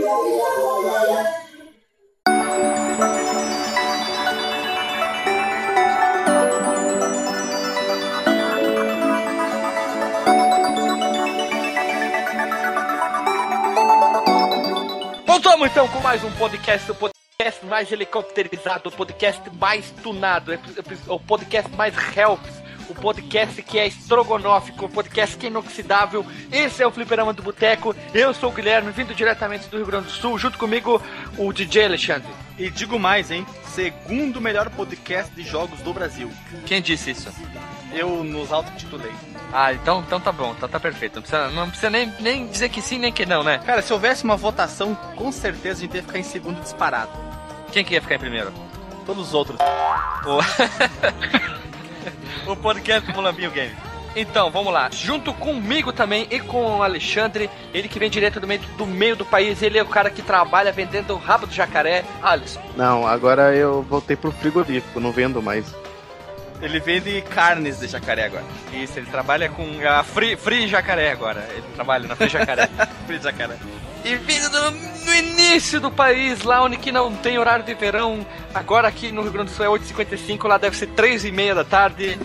Voltamos então com mais um podcast, o podcast mais helicopterizado, o podcast mais tunado, o podcast mais helps, o podcast que é estrogonófico, o podcast que é inoxidável. Esse é o Fliperama do Boteco. Eu sou o Guilherme, vindo diretamente do Rio Grande do Sul, junto comigo o DJ Alexandre. E digo mais, hein? Segundo melhor podcast de jogos do Brasil. Quem disse isso? Eu nos auto-titulei. Ah, então tá bom, tá perfeito. Não precisa nem dizer que sim, nem que não, né? Cara, se houvesse uma votação, com certeza a gente ia ficar em segundo disparado. Quem que ia ficar em primeiro? Todos os outros. O podcast Mulambinho Game. Então, vamos lá. Junto comigo também e com o Alexandre, ele que vem direto do meio do país, ele é o cara que trabalha vendendo o rabo do jacaré. Alisson. Não, agora eu voltei pro frigorífico, não vendo mais. Ele vende carnes de jacaré agora. Isso, ele trabalha com a Free Jacaré agora. Ele trabalha na Free Jacaré. Free Jacaré. E vindo no início do país, lá onde que não tem horário de verão, agora aqui no Rio Grande do Sul é 8h55, lá deve ser 3h30 da tarde.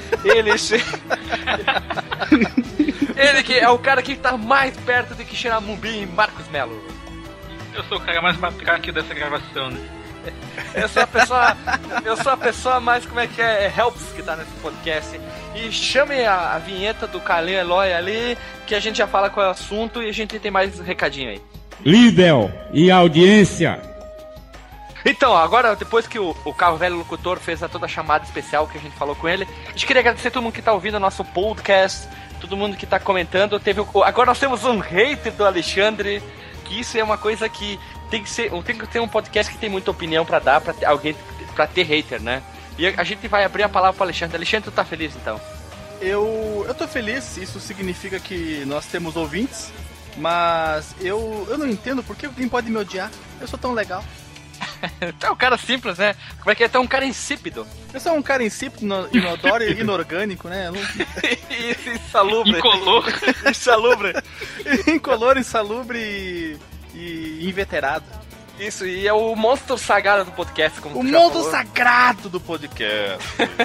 Ele que é o cara que tá mais perto de Quixeramobim, Marcos Melo. Eu sou o cara mais patriarca aqui dessa gravação, né? Eu sou a pessoa mais, como é que é, helps que tá nesse podcast. E chame a vinheta do Carlinho Eloy ali, que a gente já fala qual é o assunto e a gente tem mais recadinho aí. Líder e audiência. Então, agora, depois que o Carro Velho Locutor fez toda a chamada especial que a gente falou com ele, a gente queria agradecer a todo mundo que tá ouvindo o nosso podcast, todo mundo que tá comentando. Agora nós temos um hater do Alexandre, que isso é uma coisa que tem que ter um podcast que tem muita opinião pra dar, pra ter alguém, pra ter hater, né? E a gente vai abrir a palavra pro Alexandre. Alexandre, tu tá feliz então? Eu tô feliz, isso significa que nós temos ouvintes, mas eu não entendo por que alguém pode me odiar. Eu sou tão legal. Tu é um cara simples, né? Como é que é? Tu é um cara insípido. Eu sou um cara insípido, inodoro e inorgânico, né? Insalubre. Incolor. Insalubre. Incolor, insalubre e inveterado. Isso, e é o monstro sagrado do podcast, como o monstro sagrado do podcast.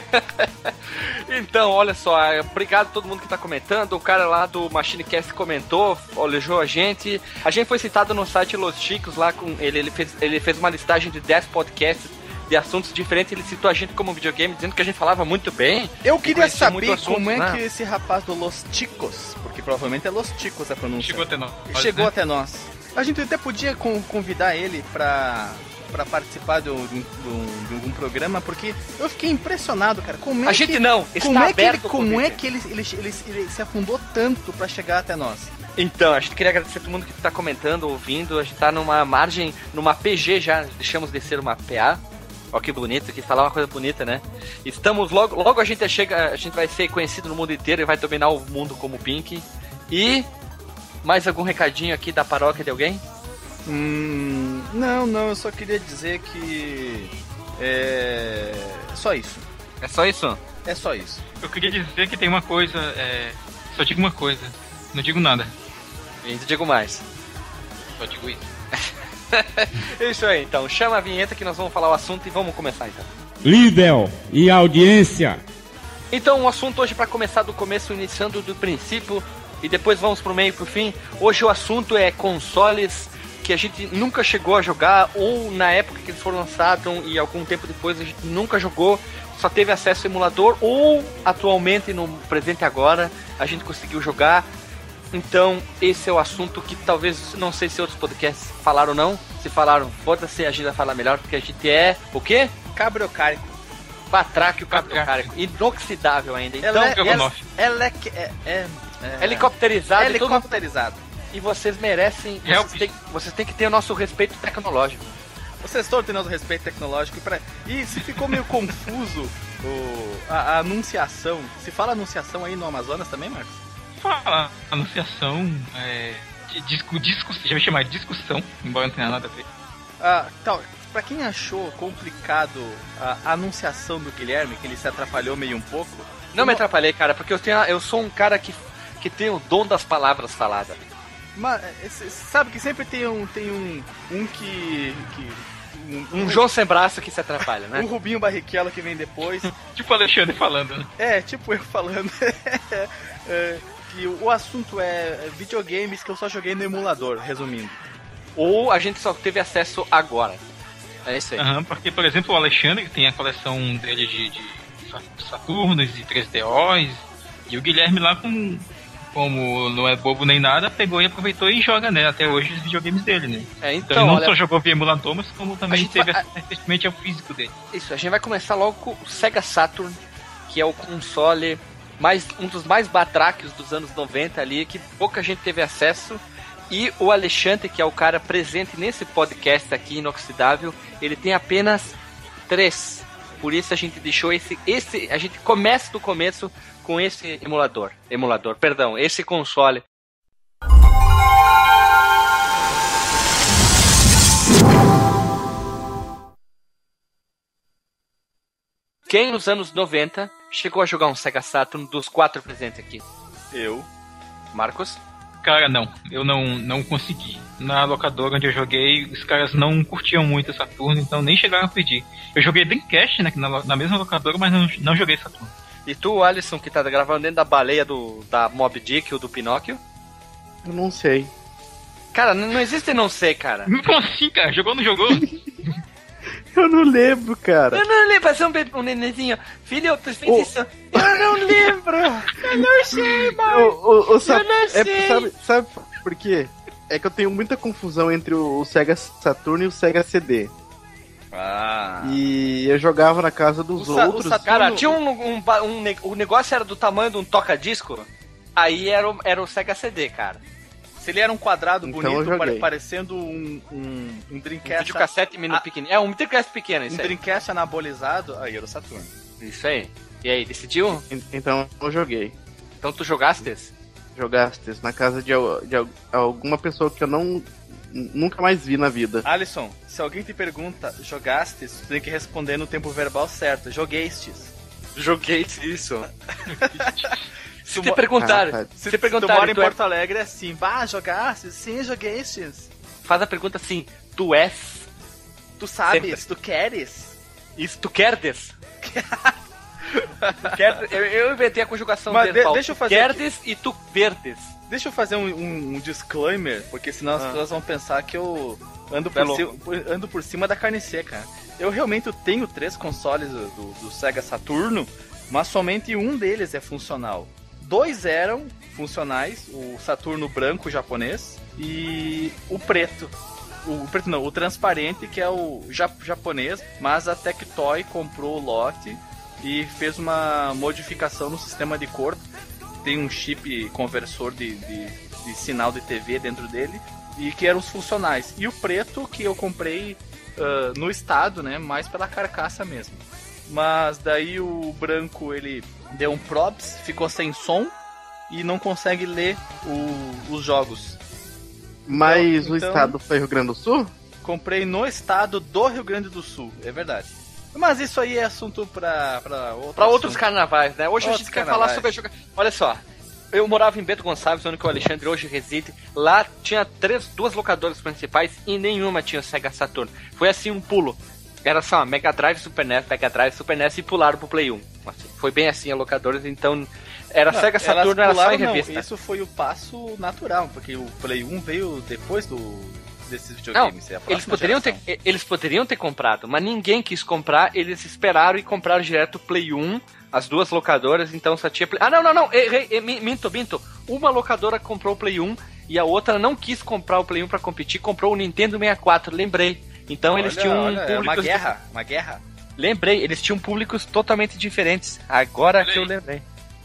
Então, olha só, obrigado a todo mundo que tá comentando. O cara lá do MachineCast comentou, elogiou a gente. A gente foi citado no site Los Chicos lá com ele fez uma listagem de 10 podcasts de assuntos diferentes. Ele citou a gente como videogame, dizendo que a gente falava muito bem. Eu queria saber assunto, como é que esse rapaz do Los Chicos, porque provavelmente é Los Chicos a pronúncia, Chegou até nós. A gente até podia convidar ele pra participar de algum programa, porque eu fiquei impressionado, cara. Como é que ele se afundou tanto pra chegar até nós? Então, a gente queria agradecer a todo mundo que tá comentando, ouvindo. A gente tá numa margem, numa PG já, deixamos de ser uma PA. Ó que bonito, que falar uma coisa bonita, né? Estamos logo a gente vai ser conhecido no mundo inteiro e vai dominar o mundo como Pink. E mais algum recadinho aqui da paróquia de alguém? Não, eu só queria dizer que só isso. É só isso? É só isso. Eu queria dizer que tem uma coisa, só digo uma coisa, não digo nada. E digo mais. Só digo isso. Isso aí, então, chama a vinheta que nós vamos falar o assunto e vamos começar então. Líder e audiência. Então, o assunto hoje, para começar do começo, iniciando do princípio e depois vamos pro meio e pro fim. Hoje o assunto é consoles que a gente nunca chegou a jogar, ou na época que eles foram lançados e algum tempo depois a gente nunca jogou, só teve acesso ao emulador, ou atualmente, no presente agora, a gente conseguiu jogar. Então, esse é o assunto que talvez, não sei se outros podcasts falaram ou não. Se falaram, foda-se, a gente vai falar melhor, porque a gente é o quê? Cabriocárico. Batráquio cabriocárico. Inoxidável ainda. Então, helicopterizado. Helicopterizado. E vocês merecem, vocês têm que ter o nosso respeito tecnológico. Vocês todos têm nosso respeito tecnológico. E se ficou meio confuso a anunciação, se fala anunciação aí no Amazonas também, Marcos? Fala, anunciação, já me chamar de discussão, embora não tenha nada a ver. Pra quem achou complicado a anunciação do Guilherme, que ele se atrapalhou meio um pouco... Não me atrapalhei, cara, porque eu sou um cara que tem o dom das palavras faladas. Mas sabe que sempre tem um que um João sem braço que se atrapalha, né? Um Rubinho Barrichello que vem depois. Tipo o Alexandre falando, né? Tipo eu falando. Que o assunto é videogames que eu só joguei no emulador, resumindo. Ou a gente só teve acesso agora. É isso aí. Porque, por exemplo, o Alexandre que tem a coleção dele de Saturnos e 3DOs, e o Guilherme lá, como não é bobo nem nada, pegou e aproveitou e joga, né, até hoje os videogames dele, né? Então ele não só jogou via emulador, mas como também teve recentemente o físico dele. Isso, a gente vai começar logo com o Sega Saturn, que é o console um dos mais batráquios dos anos 90 ali, que pouca gente teve acesso. E o Alexandre, que é o cara presente nesse podcast aqui, inoxidável, ele tem apenas 3. Por isso a gente deixou a gente começa do começo com esse esse console. Quem nos anos 90 chegou a jogar um Sega Saturn dos 4 presentes aqui? Eu. Marcos? Cara, não. Eu não consegui. Na locadora onde eu joguei, os caras não curtiam muito o Saturno, então nem chegaram a pedir. Eu joguei Dreamcast, né, na mesma locadora, mas não joguei Saturno. E tu, Alisson, que tá gravando dentro da baleia da Mob Dick ou do Pinóquio? Eu não sei. Cara, não existe não sei, cara. Como assim, cara? Jogou ou não jogou? Eu não lembro, cara. Eu não lembro, fazer um nenenzinho. Filho, tu fez isso. Eu não lembro. Eu não sei, mãe. Eu não sei. Sabe por quê? É que eu tenho muita confusão entre o Sega Saturn e o Sega CD. E eu jogava na casa dos outros. Cara, tinha o negócio era do tamanho de um toca-disco. Aí era o Sega CD, cara. Se ele era um quadrado então bonito, parecendo um Dreamcast... Um videocassete pequeno. Um Dreamcast pequeno, isso aí. Um Dreamcast anabolizado, aí era o Saturno. Isso aí. E aí, decidiu? Então eu joguei. Então tu jogaste? Jogaste na casa de alguma pessoa que eu nunca mais vi na vida. Alisson, se alguém te pergunta, jogastes, tu tem que responder no tempo verbal certo. Joguestes. Joguestes, isso. Se te perguntar, se tu mora em Porto Alegre, é assim, jogaste? Sim, joguestes. Faz a pergunta assim, tu és? Tu sabes? Tu queres? Isso, tu querdes? Eu inventei a conjugação verbal. Deixa eu fazer querdes e tu verdes. Deixa eu fazer um disclaimer, porque senão as pessoas vão pensar que eu ando por cima da carne seca. Eu realmente tenho 3 consoles do Sega Saturno, mas somente um deles é funcional. 2 eram funcionais, o Saturno branco japonês e o preto. O transparente, que é o japonês, mas a Tectoy comprou o lote e fez uma modificação no sistema de cor. Tem um chip conversor de sinal de TV dentro dele, e que eram os funcionais. E o preto, que eu comprei no estado, né, mais pela carcaça mesmo. Mas daí o branco, ele deu um props, ficou sem som e não consegue ler os jogos. Mas então, o estado foi Rio Grande do Sul? Comprei no estado do Rio Grande do Sul, é verdade. Mas isso aí é assunto pra outros carnavais, né? Hoje a gente quer falar sobre a jogar. Olha só, eu morava em Bento Gonçalves, onde o Alexandre hoje reside. Lá tinha 2 locadoras principais e nenhuma tinha o Sega Saturn. Foi assim um pulo. Era só Mega Drive, Super NES e pularam pro Play 1. Assim, foi bem assim a locadoras, então era Sega Saturn, era só em revista. Isso foi o passo natural, porque o Play 1 veio depois desses videogames. Não, eles poderiam ter comprado, mas ninguém quis comprar, eles esperaram e compraram direto o Play 1, as 2 locadoras, então só tinha Play... não, minto. Uma locadora comprou o Play 1 e a outra não quis comprar o Play 1 pra competir, comprou o Nintendo 64, lembrei. Então eles tinham públicos... Uma guerra. Lembrei, eles tinham públicos totalmente diferentes. Agora que eu lembrei.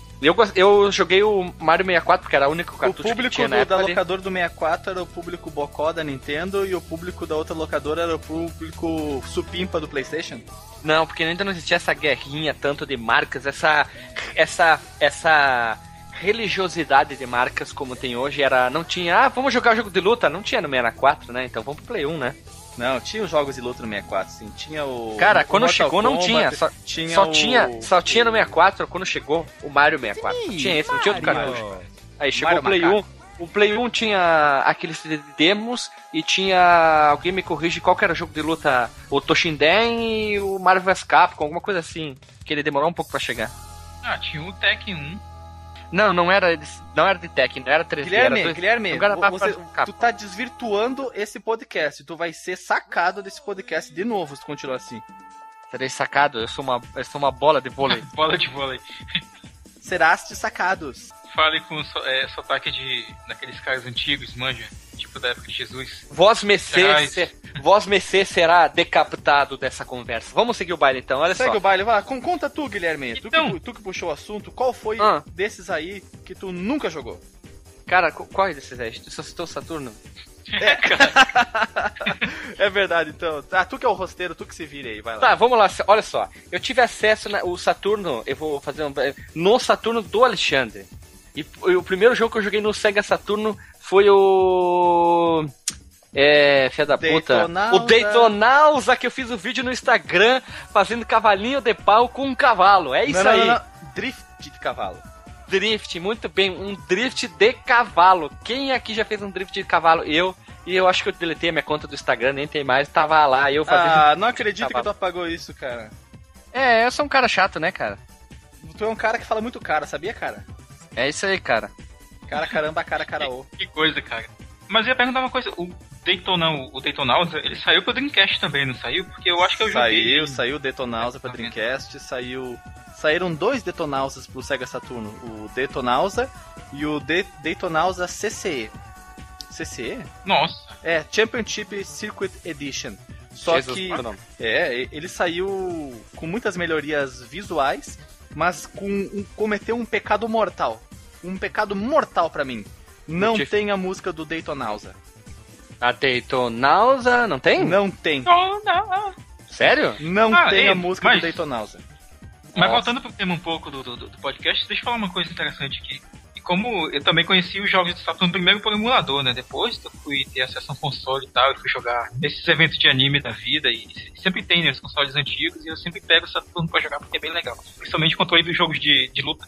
Eu joguei o Mario 64, porque era o único cartucho que tinha na época. O público da locadora do 64 era o público bocó da Nintendo, e o público da outra locadora era o público supimpa do PlayStation? Não, porque ainda não existia essa guerrinha tanto de marcas, essa religiosidade de marcas como tem hoje. Não tinha, vamos jogar jogo de luta, não tinha no 64, né? Então vamos pro Play 1, né? Não, tinha os jogos de luta no 64, sim. Tinha o... Cara, quando chegou não tinha. Só tinha no 64 quando chegou o Mario 64. Tinha esse, não tinha outro cartucho. Aí chegou o Play 1. O Play 1 tinha aqueles demos e tinha... Alguém me corrige qual que era o jogo de luta? O Toshinden e o Marvel vs Capcom, alguma coisa assim. Que ele demorou um pouco pra chegar. Tinha o Tekken 1. Não era de Tekken, não era 3D. Guilherme, tu tá desvirtuando esse podcast. Tu vai ser sacado desse podcast de novo se continuar assim. Serei sacado? Eu sou uma bola de vôlei. Bola de vôlei. Serás sacados. Fale com sotaque daqueles caras antigos, manja, tipo da época de Jesus. Vós Messê será decapitado dessa conversa. Vamos seguir o baile então, olha só. Segue o baile, vai lá. Conta tu, Guilherme. Então, tu que puxou o assunto, qual foi desses aí que tu nunca jogou? Cara, qual é desses aí? Tu só citou o Saturno? É verdade, então. Tu que é o rosteiro, tu que se vira aí, vai lá. Tá, vamos lá, olha só. Eu tive acesso o Saturno, eu vou fazer no Saturno do Alexandre. E o primeiro jogo que eu joguei no Sega Saturno foi o... filha da puta. O Daytonausa, que eu fiz um vídeo no Instagram fazendo cavalinho de pau com um cavalo. É isso aí. Não. Drift de cavalo. Drift, muito bem. Um drift de cavalo. Quem aqui já fez um drift de cavalo? Eu. E eu acho que eu deletei a minha conta do Instagram, nem tem mais. Tava lá, eu fazendo... não acredito que tu apagou isso, cara. Eu sou um cara chato, né, cara? Tu é um cara que fala muito cara, sabia, cara? É isso aí, cara. Cara, caramba, cara, caraô. Que coisa, cara. Mas eu ia perguntar uma coisa, o Daytonausa, ele saiu pro Dreamcast também, não saiu? Porque eu acho que eu joguei... Saiu o Daytonausa pra Dreamcast, saíram 2 Daytonausas pro Sega Saturno, o Daytonausa e o Daytonausa CCE. CCE? Nossa. Championship Circuit Edition. Só Jesus, que ele saiu com muitas melhorias visuais, mas cometeu um pecado mortal. Um pecado mortal pra mim. Não tem a música do Daytonausa. A Daytonausa não tem? Não tem. Não. Sério? Não tem a música do Daytonausa. Mas voltando pro tema um pouco do podcast, deixa eu falar uma coisa interessante aqui. E como eu também conheci os jogos de Saturno primeiro por emulador, né? Depois eu fui ter acesso a um console e tal, e fui jogar nesses eventos de anime da vida, e sempre tem, né, os consoles antigos, e eu sempre pego o Saturno pra jogar porque é bem legal. Principalmente controle dos jogos de luta.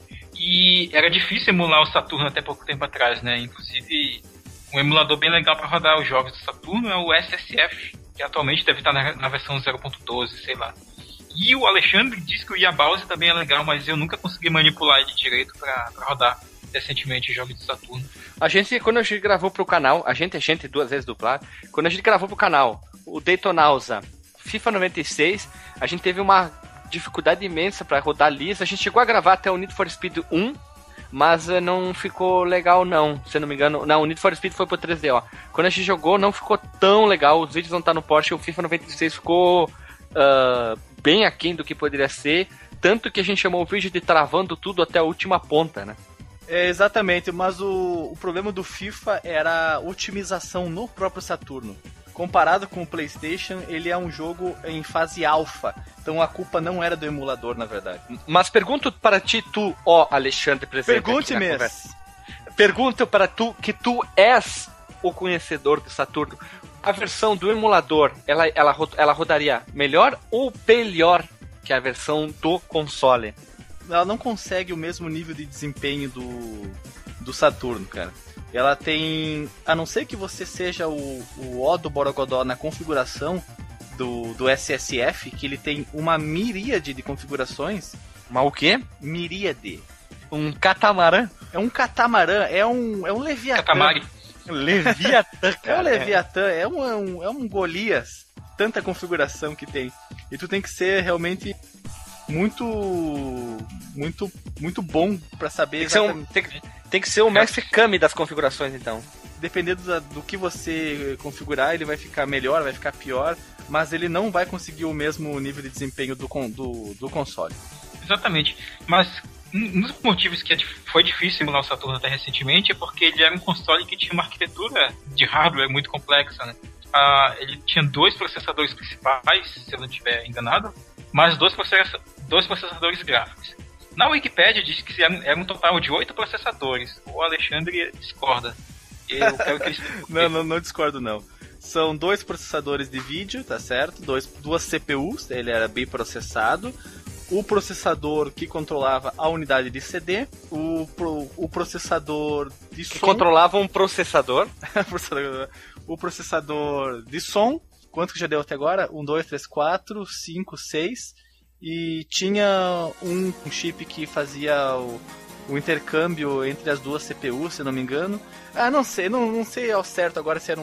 E era difícil emular o Saturno até pouco tempo atrás, né? Inclusive, um emulador bem legal pra rodar os jogos do Saturno é o SSF, que atualmente deve estar na versão 0.12, sei lá. E o Alexandre disse que o Yabalzi também é legal, mas eu nunca consegui manipular ele direito pra rodar recentemente jogos de Saturno. Quando a gente gravou pro canal, a gente duas vezes duplado, quando a gente gravou pro canal o Daytonausa FIFA 96, a gente teve uma dificuldade imensa pra rodar liso. A gente chegou a gravar até o Need for Speed 1, mas não ficou legal não, se eu não me engano. Não, o Need for Speed foi pro 3DO. Quando a gente jogou, não ficou tão legal. Os vídeos não tá no Porsche, o FIFA 96 ficou bem aquém do que poderia ser, tanto que a gente chamou o vídeo de travando tudo até a última ponta, né? Exatamente, mas o problema do FIFA era a otimização no próprio Saturno. Comparado com o PlayStation, ele é um jogo em fase alfa, então a culpa não era do emulador, na verdade. Mas pergunto para ti, tu, Alexandre, presente. Pergunte-me. Pergunto para tu, que tu és o conhecedor do Saturno. A versão do emulador, ela rodaria melhor ou pior que a versão do console? Ela não consegue o mesmo nível de desempenho do Saturno, cara. Ela tem... A não ser que você seja o O do Borogodó na configuração do SSF, que ele tem uma miríade de configurações. Mas o quê? Miríade. Um catamarã? É um catamarã, é um Leviatã. Catamari. Leviatã, cara. É um Leviatã, é um Golias. Tanta configuração que tem. E tu tem que ser realmente muito bom pra saber exatamente. Tem que ser o mestre Kami das configurações, então. Dependendo do que você configurar, ele vai ficar melhor, vai ficar pior, mas ele não vai conseguir o mesmo nível de desempenho do console. Exatamente. Mas um dos motivos que foi difícil emular o Saturno até recentemente é porque ele era um console que tinha uma arquitetura de hardware muito complexa, né? Ele tinha 2 processadores principais, se eu não estiver enganado, mais 2 processadores gráficos. Na Wikipedia diz que era um total de 8 processadores. O Alexandre discorda. Eu quero que ele... não discordo não. São 2 processadores de vídeo, tá certo? 2 CPUs, ele era bem processado. o processador que controlava a unidade de CD, o processador de som... Que controlava um processador. O processador de som, quanto que já deu até agora? 1, 2, 3, 4, 5, 6. E tinha um chip que fazia o intercâmbio entre as duas CPUs, se não me engano. Não sei ao certo agora se era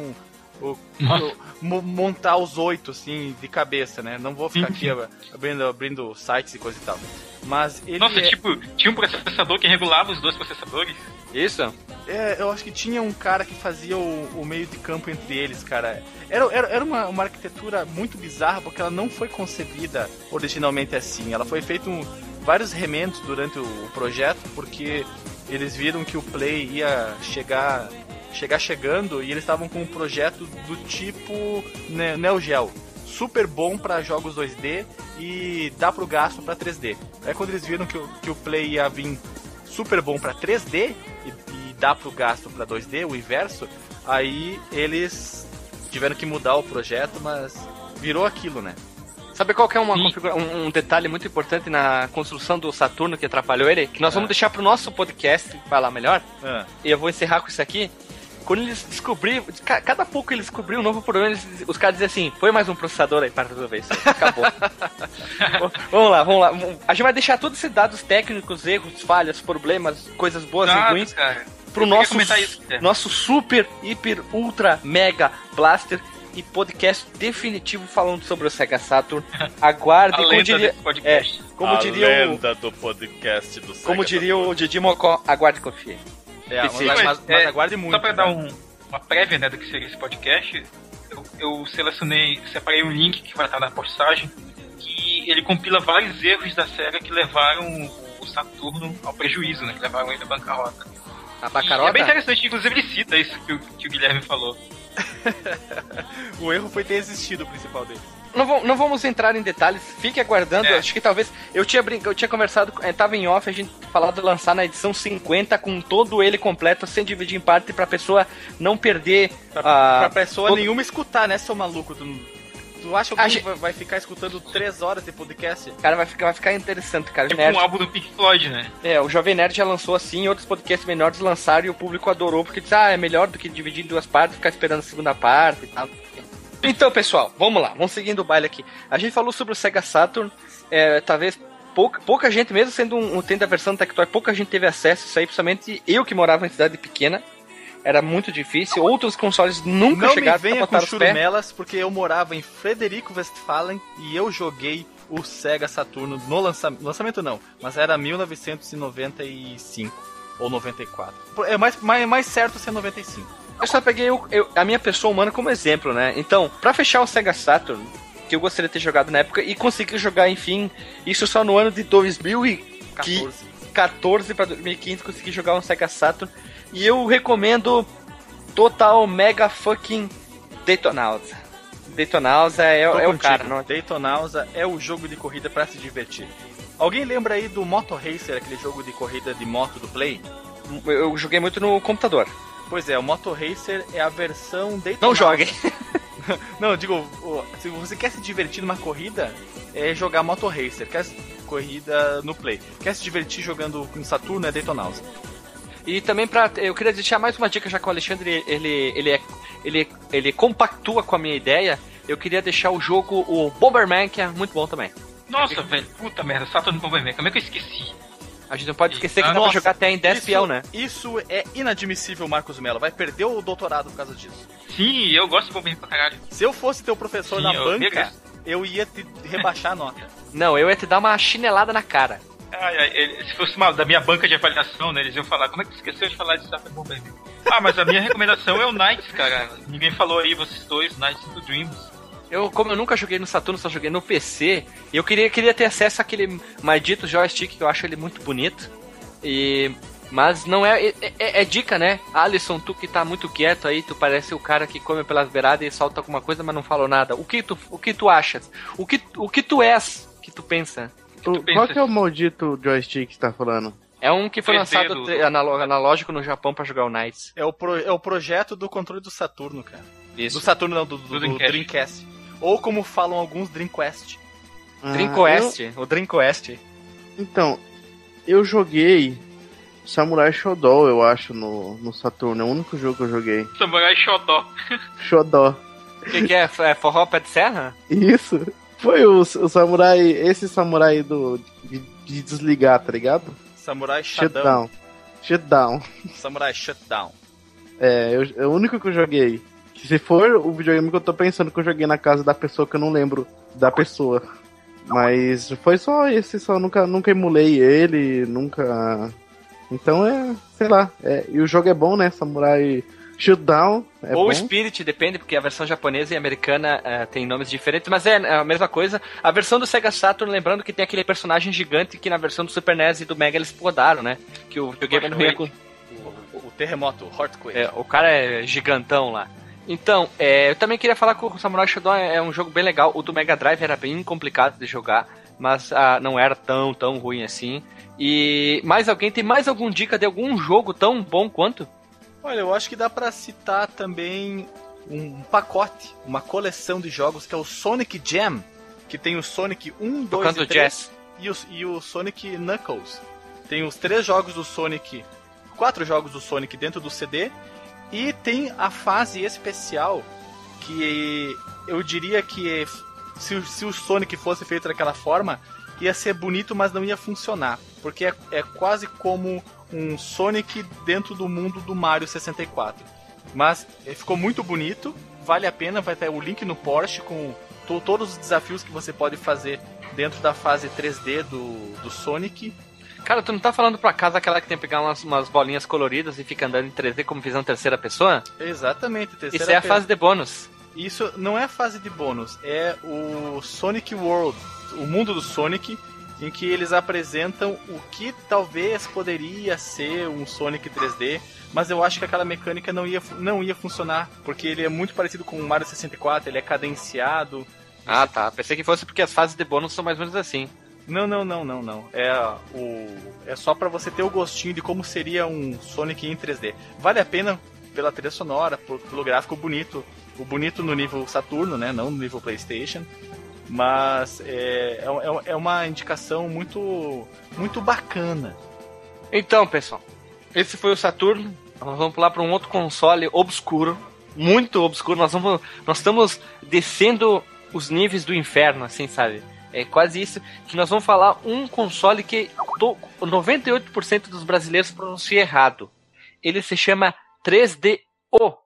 montar os 8, assim, de cabeça, né? Não vou ficar aqui abrindo sites e coisa e tal. Mas ele tipo, tinha um processador que regulava os dois processadores? Isso? Eu acho que tinha um cara que fazia o meio de campo entre eles, cara. Era uma arquitetura muito bizarra, porque ela não foi concebida originalmente assim. Ela foi feita vários remendos durante o projeto, porque eles viram que o Play ia chegar chegando e eles estavam com um projeto do tipo Neo Geo. Super bom para jogos 2D e dá pro gasto para 3D. Aí quando eles viram que o Play ia vir super bom para 3D e dá pro gasto para 2D, o inverso, aí eles tiveram que mudar o projeto, mas virou aquilo, né? Sabe qual que é um detalhe muito importante na construção do Saturno que atrapalhou ele? Que nós vamos deixar pro nosso podcast falar melhor. E eu vou encerrar com isso aqui. Quando eles descobriram, cada pouco eles descobriam um novo problema, os caras diziam assim, põe mais um processador aí para resolver isso. Acabou. Vamos lá. A gente vai deixar todos esses dados técnicos, erros, falhas, problemas, coisas boas e ruins pro nosso super, hiper, ultra, mega blaster e podcast definitivo falando sobre o Sega Saturn. Aguarde, como diria do podcast do Sega como diria o Didi Mocó, aguarde e confie. Mas aguarde muito. Só pra dar uma prévia, né, do que seria esse podcast, eu separei um link que vai estar na postagem, que ele compila vários erros da SEGA que levaram o Saturno ao prejuízo, né, que levaram ele à bancarrota. A bancarrota? É bem interessante, inclusive ele cita isso que o Guilherme falou. O erro foi ter existido, o principal dele. Não vamos entrar em detalhes, fique aguardando. Acho que talvez. Eu tinha conversado, tava em off, a gente falado de lançar na edição 50 com todo ele completo, sem dividir em parte, pra pessoa não perder. Pra pessoa nenhuma escutar, né, seu maluco? Tu acha que alguém vai ficar escutando 3 horas de podcast? Cara, vai ficar interessante, cara. É um álbum do Pink Floyd, né? O Jovem Nerd já lançou assim, outros podcasts menores lançaram e o público adorou, porque disse, é melhor do que dividir em 2 partes, ficar esperando a segunda parte e tal. Então, pessoal, vamos lá, vamos seguindo o baile aqui. A gente falou sobre o Sega Saturn, talvez pouca gente, mesmo tendo a versão do Tectoy, pouca gente teve acesso a isso aí, principalmente eu que morava em cidade pequena. Era muito difícil, outros consoles nunca chegaram a botar os pés. Não me venha com churumelas, porque eu morava em Frederico Westphalen e eu joguei o Sega Saturno no lançamento não, mas era 1995 ou 94. É mais certo ser 95. Eu só peguei a minha pessoa humana como exemplo, né? Então, pra fechar o Sega Saturn, que eu gostaria de ter jogado na época, e consegui jogar, enfim, isso só no ano de 2014 pra 2015, consegui jogar um Sega Saturn, e eu recomendo Total Mega Fucking Daytonausa. Daytonausa é o cara, não? Daytonausa é o jogo de corrida pra se divertir. Alguém lembra aí do Moto Racer, aquele jogo de corrida de moto do Play? Eu joguei muito no computador. Pois é, o Moto Racer é a versão Daytonausa. Não joguem! Não, digo, se você quer se divertir numa corrida, é jogar Moto Racer. Quer corrida no Play. Quer se divertir jogando no Saturno, é Daytonausa. E também eu queria deixar mais uma dica, já que o Alexandre ele compactua com a minha ideia. Eu queria deixar o jogo, o Bomberman, que é muito bom também. Nossa, velho, puta merda, Saturno Bomberman, como é que eu esqueci? A gente não pode esquecer que dá pra jogar até em 10 peão, né? Isso é inadmissível, Marcos Mello. Vai perder o doutorado por causa disso. Sim, eu gosto de Bomberman pra caralho. Se eu fosse teu professor na banca, eu ia te rebaixar a nota. Não, eu ia te dar uma chinelada na cara. Se fosse da minha banca de avaliação, né, eles iam falar, como é que você esqueceu de falar de Saturno Bomberman? Mas a minha recomendação é o Knights, cara. Ninguém falou aí, vocês dois, Knights into Dreams. Como eu nunca joguei no Saturno, só joguei no PC, eu queria ter acesso àquele maldito joystick, que eu acho ele muito bonito. Mas não é dica, né? Alisson, tu que tá muito quieto aí, tu parece o cara que come pelas beiradas e solta alguma coisa, mas não falou nada. O que tu achas? O que tu és? O que tu pensa? Qual que é o maldito joystick que você tá falando? É um que foi lançado analógico no Japão pra jogar o Knights. É o projeto do controle do Saturno, cara. Isso. Do Saturno não, do Dreamcast. Ou como falam alguns, Dreamcast. O Dream Quest. Então, eu joguei Samurai Shodown, eu acho, no Saturno. É o único jogo que eu joguei. Samurai Shodown. Shodown. O que é? É forró pé de serra? Isso. Foi o samurai, esse samurai de desligar, tá ligado? Samurai Shutdown. Samurai Shutdown. É o único que eu joguei. Se for o videogame que eu tô pensando que eu joguei na casa da pessoa que eu não lembro da pessoa. Mas foi só esse, nunca emulei ele, nunca... Então sei lá. E o jogo é bom, né? Samurai Shutdown. Ou Spirit, depende, porque a versão japonesa e americana tem nomes diferentes, mas é a mesma coisa. A versão do Sega Saturn, lembrando que tem aquele personagem gigante que na versão do Super NES e do Mega eles podaram, né? Que o videogame não ia com... O terremoto, Heartquake. O cara é gigantão lá. Então, eu também queria falar que o Samurai Shodown é um jogo bem legal. O do Mega Drive era bem complicado de jogar, mas não era tão ruim assim. E mais alguém tem mais alguma dica de algum jogo tão bom quanto? Olha, eu acho que dá pra citar também um pacote, uma coleção de jogos que é o Sonic Jam, que tem o Sonic 1, 2 e 3 e o Sonic Knuckles. Tem os 4 jogos do Sonic dentro do CD. E tem a fase especial que eu diria que se o Sonic fosse feito daquela forma, ia ser bonito, mas não ia funcionar. Porque é quase como um Sonic dentro do mundo do Mario 64. Mas ficou muito bonito, vale a pena, vai ter o link no Porsche com todos os desafios que você pode fazer dentro da fase 3D do Sonic. Cara, tu não tá falando por acaso aquela que tem que pegar umas bolinhas coloridas e fica andando em 3D como visão terceira pessoa? Exatamente, Isso é a fase de bônus. Isso não é a fase de bônus, é o Sonic World, o mundo do Sonic, em que eles apresentam o que talvez poderia ser um Sonic 3D, mas eu acho que aquela mecânica não ia funcionar, porque ele é muito parecido com o Mario 64, ele é cadenciado. Ah, tá. Pensei que fosse porque as fases de bônus são mais ou menos assim. Não. É só pra você ter o gostinho de como seria um Sonic em 3D. Vale a pena pela trilha sonora, pelo gráfico bonito. O bonito no nível Saturno, né? Não no nível PlayStation. Mas é uma indicação muito, muito bacana. Então, pessoal, esse foi o Saturno. Nós vamos pular para um outro console obscuro. Muito obscuro. Nós estamos descendo os níveis do inferno, assim, sabe? É quase isso, que nós vamos falar um console que 98% dos brasileiros pronunciam errado. Ele se chama 3DO.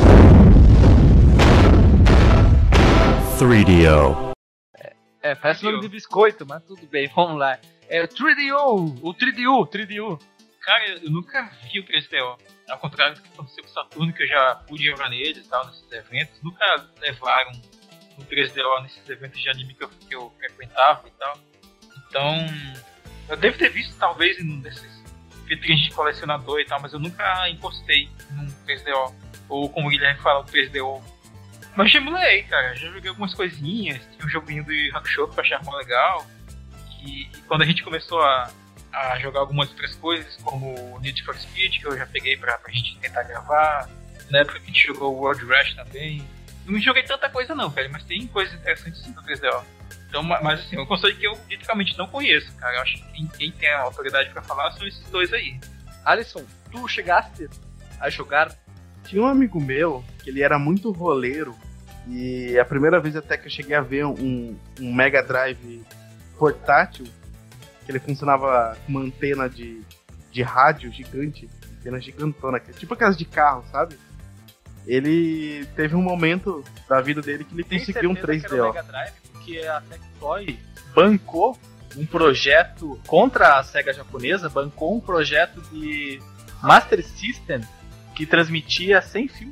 3DO. Parece nome de biscoito, mas tudo bem, vamos lá. É o 3DO, o 3DO. Cara, eu nunca vi o 3DO. Ao contrário do que aconteceu com o Saturno, que eu já pude jogar nele e tal, nesses eventos. Nunca levaram o 3DO nesses eventos de anime que eu frequentava e tal. Então, eu devo ter visto talvez nesses vitrines de colecionador e tal, mas eu nunca encostei num 3DO. Ou como o Guilherme fala, o 3DO. Mas já emulei, cara. Já joguei algumas coisinhas. Tinha um joguinho do Hakusho que eu achava legal. E quando a gente começou a jogar algumas outras coisas, como o Need for Speed, que eu já peguei pra gente tentar gravar. Na época que a gente jogou o World Rush também. Não me joguei tanta coisa não, velho, mas tem coisas interessantes sim do 3DO. Então, mas assim, um console que eu literalmente não conheço, cara. Eu acho que quem tem a autoridade pra falar são esses dois aí. Alisson, tu chegaste a jogar? Tinha um amigo meu, que ele era muito roleiro, e a primeira vez até que eu cheguei a ver um Mega Drive portátil, que ele funcionava com uma antena de rádio gigante, antena gigantona, tipo aquelas de carro, sabe? Ele teve um momento da vida dele que ele conseguiu um 3DO. Que era o Mega Drive, porque a Tectoy bancou um projeto contra a SEGA japonesa, bancou um projeto de Master System que transmitia sem fio.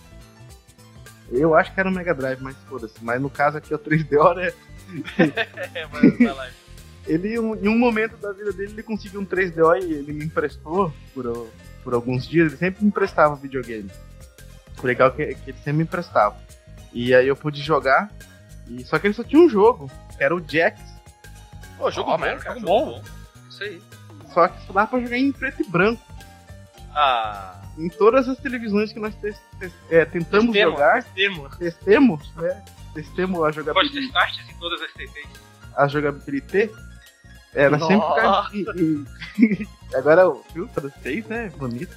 Eu acho que era o Mega Drive, mas foda-se. Mas no caso aqui é o 3DO, né? Mas vai lá. Ele, em um momento da vida dele, ele conseguiu um 3DO e ele me emprestou por alguns dias. Ele sempre me emprestava videogame. O legal é que ele sempre me emprestava. E aí eu pude jogar. Só que ele só tinha um jogo, que era o Jax. Pô, jogo bom, cara. Jogo bom. Isso aí. Só que só dá pra jogar em preto e branco. Em todas as televisões que nós tentamos jogar. Testemos a jogabilidade. Pode testar em todas as TVs. a jogabilidade era sempre por causa de... Agora o filtro 6, né? Bonito.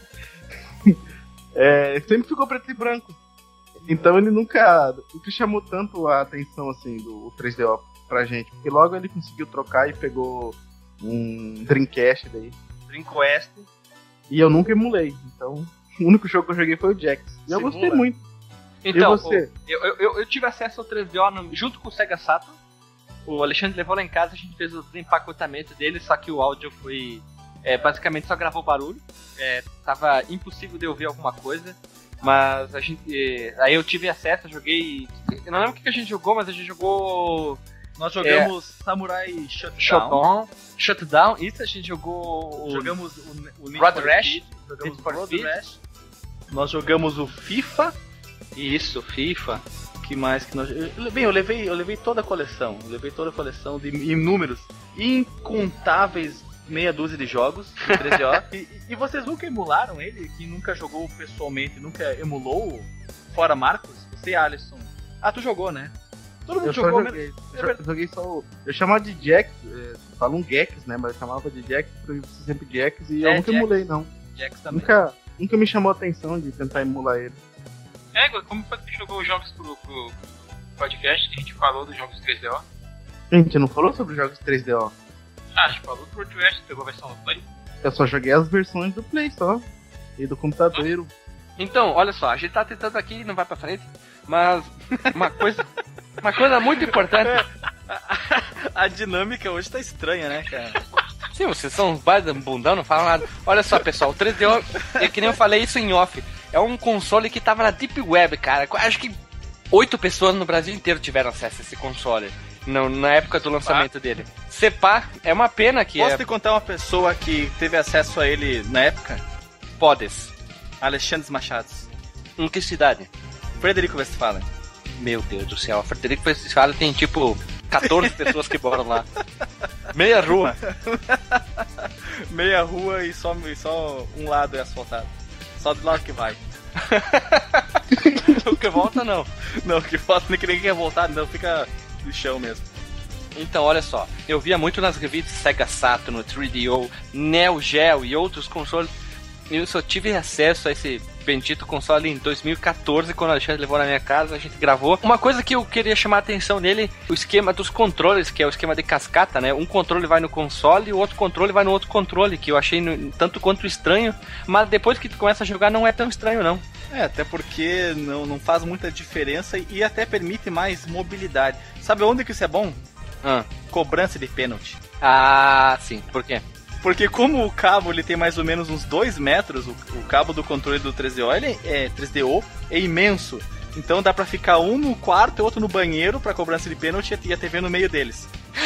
Sempre ficou preto e branco. Então ele nunca chamou tanto a atenção assim do 3DO pra gente. Porque logo ele conseguiu trocar e pegou um Dreamcast daí. Dreamcast. E eu nunca emulei. Então o único jogo que eu joguei foi o Jax. E eu gostei muito. Então, e você? Eu tive acesso ao 3DO junto com o Sega Saturn. O Alexandre levou lá em casa, a gente fez o empacotamento dele, só que o áudio foi... basicamente só gravou barulho. Tava impossível de ouvir alguma coisa. Mas a gente... aí eu tive acesso, eu joguei... Eu não lembro o que a gente jogou, mas a gente jogou... Nós jogamos Samurai Shutdown, isso a gente jogou... Jogamos o Road Rash. Jogamos o Road Rash. Nós jogamos o FIFA. Isso, FIFA. Que mais que nós... Bem, eu levei toda a coleção. Eu levei toda a coleção de inúmeros, incontáveis meia dúzia de jogos de 3DO. e vocês nunca emularam ele? Quem nunca jogou pessoalmente, nunca emulou? Fora Marcos? Você, Alisson? Ah, tu jogou, né? Todo mundo jogou, joguei. Eu joguei só eu chamava de Jax, falam Gex, né? Mas eu chamava de Jax, porque eu sempre Jax, e eu nunca emulei, não. Jax também. Nunca me chamou a atenção de tentar emular ele. Como foi que tu jogou os jogos pro podcast que a gente falou dos jogos 3DO? A gente não falou sobre os jogos 3DO. A gente falou do Road Rash, pegou a versão do Play. Eu só joguei as versões do Play só. E do computador. Então, olha só, a gente tá tentando aqui e não vai pra frente, mas uma coisa muito importante. A dinâmica hoje tá estranha, né, cara? Sim, vocês são uns baita bundão, não falam nada. Olha só, pessoal, o 3DO, que nem eu falei isso em off, é um console que tava na Deep Web, cara. Acho que 8 pessoas no Brasil inteiro tiveram acesso a esse console. Na época do lançamento dele. Sepá, é uma pena que... Posso te contar uma pessoa que teve acesso a ele na época? Podes. Alexandre Machados. Em que cidade? Frederico Westphalen. Meu Deus do céu, Frederico Westphalen tem tipo 14 pessoas que moram lá. Meia rua. Meia rua e só um lado é asfaltado. Só do lado que vai. O que volta não. Não, o que volta nem que ninguém quer voltar, não, fica no chão mesmo. Então, olha só, eu via muito nas revistas Sega Saturn, 3DO, Neo Geo e outros consoles. Eu só tive acesso a esse bendito console em 2014, quando o Alexandre levou na minha casa, a gente gravou. Uma coisa que eu queria chamar a atenção nele, o esquema dos controles, que é o esquema de cascata, né? Um controle vai no console e o outro controle vai no outro controle, que eu achei tanto quanto estranho, mas depois que tu começa a jogar não é tão estranho, não. Até porque não faz muita diferença e até permite mais mobilidade. Sabe onde que isso é bom? Cobrança de pênalti. Ah, sim. Por quê? Porque como o cabo ele tem mais ou menos uns 2 metros, o cabo do controle do 3DO, 3DO é imenso. Então dá pra ficar um no quarto e outro no banheiro pra cobrança de pênalti e a TV no meio deles.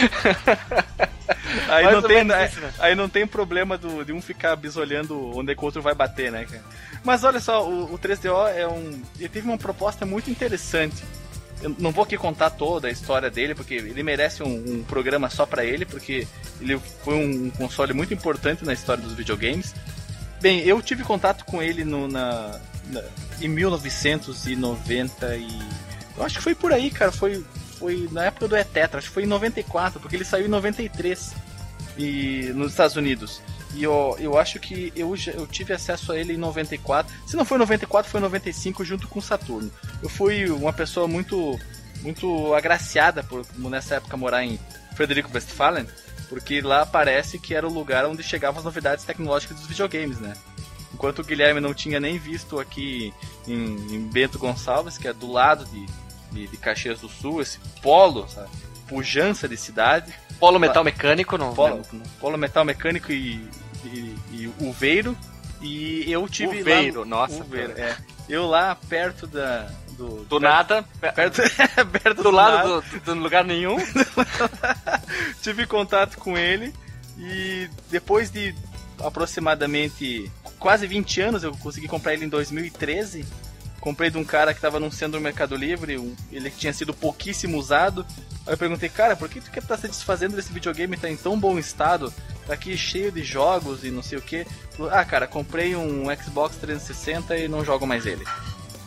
Aí não tem problema de um ficar bisolhando onde é que o outro vai bater, né, cara? Mas olha só, o 3DO ele teve uma proposta muito interessante. Eu não vou aqui contar toda a história dele, porque ele merece um programa só pra ele, porque ele foi um console muito importante na história dos videogames. Bem, eu tive contato com ele em 1990 e... eu acho que foi por aí, cara, foi na época do E-Tetra, acho que foi em 94, porque ele saiu em 93 nos Estados Unidos. E eu acho que eu tive acesso a ele em 94. Se não foi em 94, foi em 95 junto com o Saturno. Eu fui uma pessoa muito, muito agraciada por nessa época morar em Frederico Westphalen, porque lá parece que era o lugar onde chegavam as novidades tecnológicas dos videogames, né? Enquanto o Guilherme não tinha nem visto aqui em Bento Gonçalves, que é do lado de Caxias do Sul, esse polo, sabe? Pujança de cidade. Polo metal mecânico, não? Polo metal mecânico e uveiro. E eu tive uveiro, lá... Nossa, uveiro, eu lá perto do nada, perto do lado do lugar nenhum. Tive contato com ele e depois de aproximadamente quase 20 anos, eu consegui comprar ele em 2013. Comprei de um cara que estava anunciando no Mercado Livre, ele tinha sido pouquíssimo usado. Aí eu perguntei, cara, por que tu quer estar se desfazendo desse videogame, tá em tão bom estado, tá aqui cheio de jogos e não sei o que. Ah, cara, comprei um Xbox 360 e não jogo mais ele.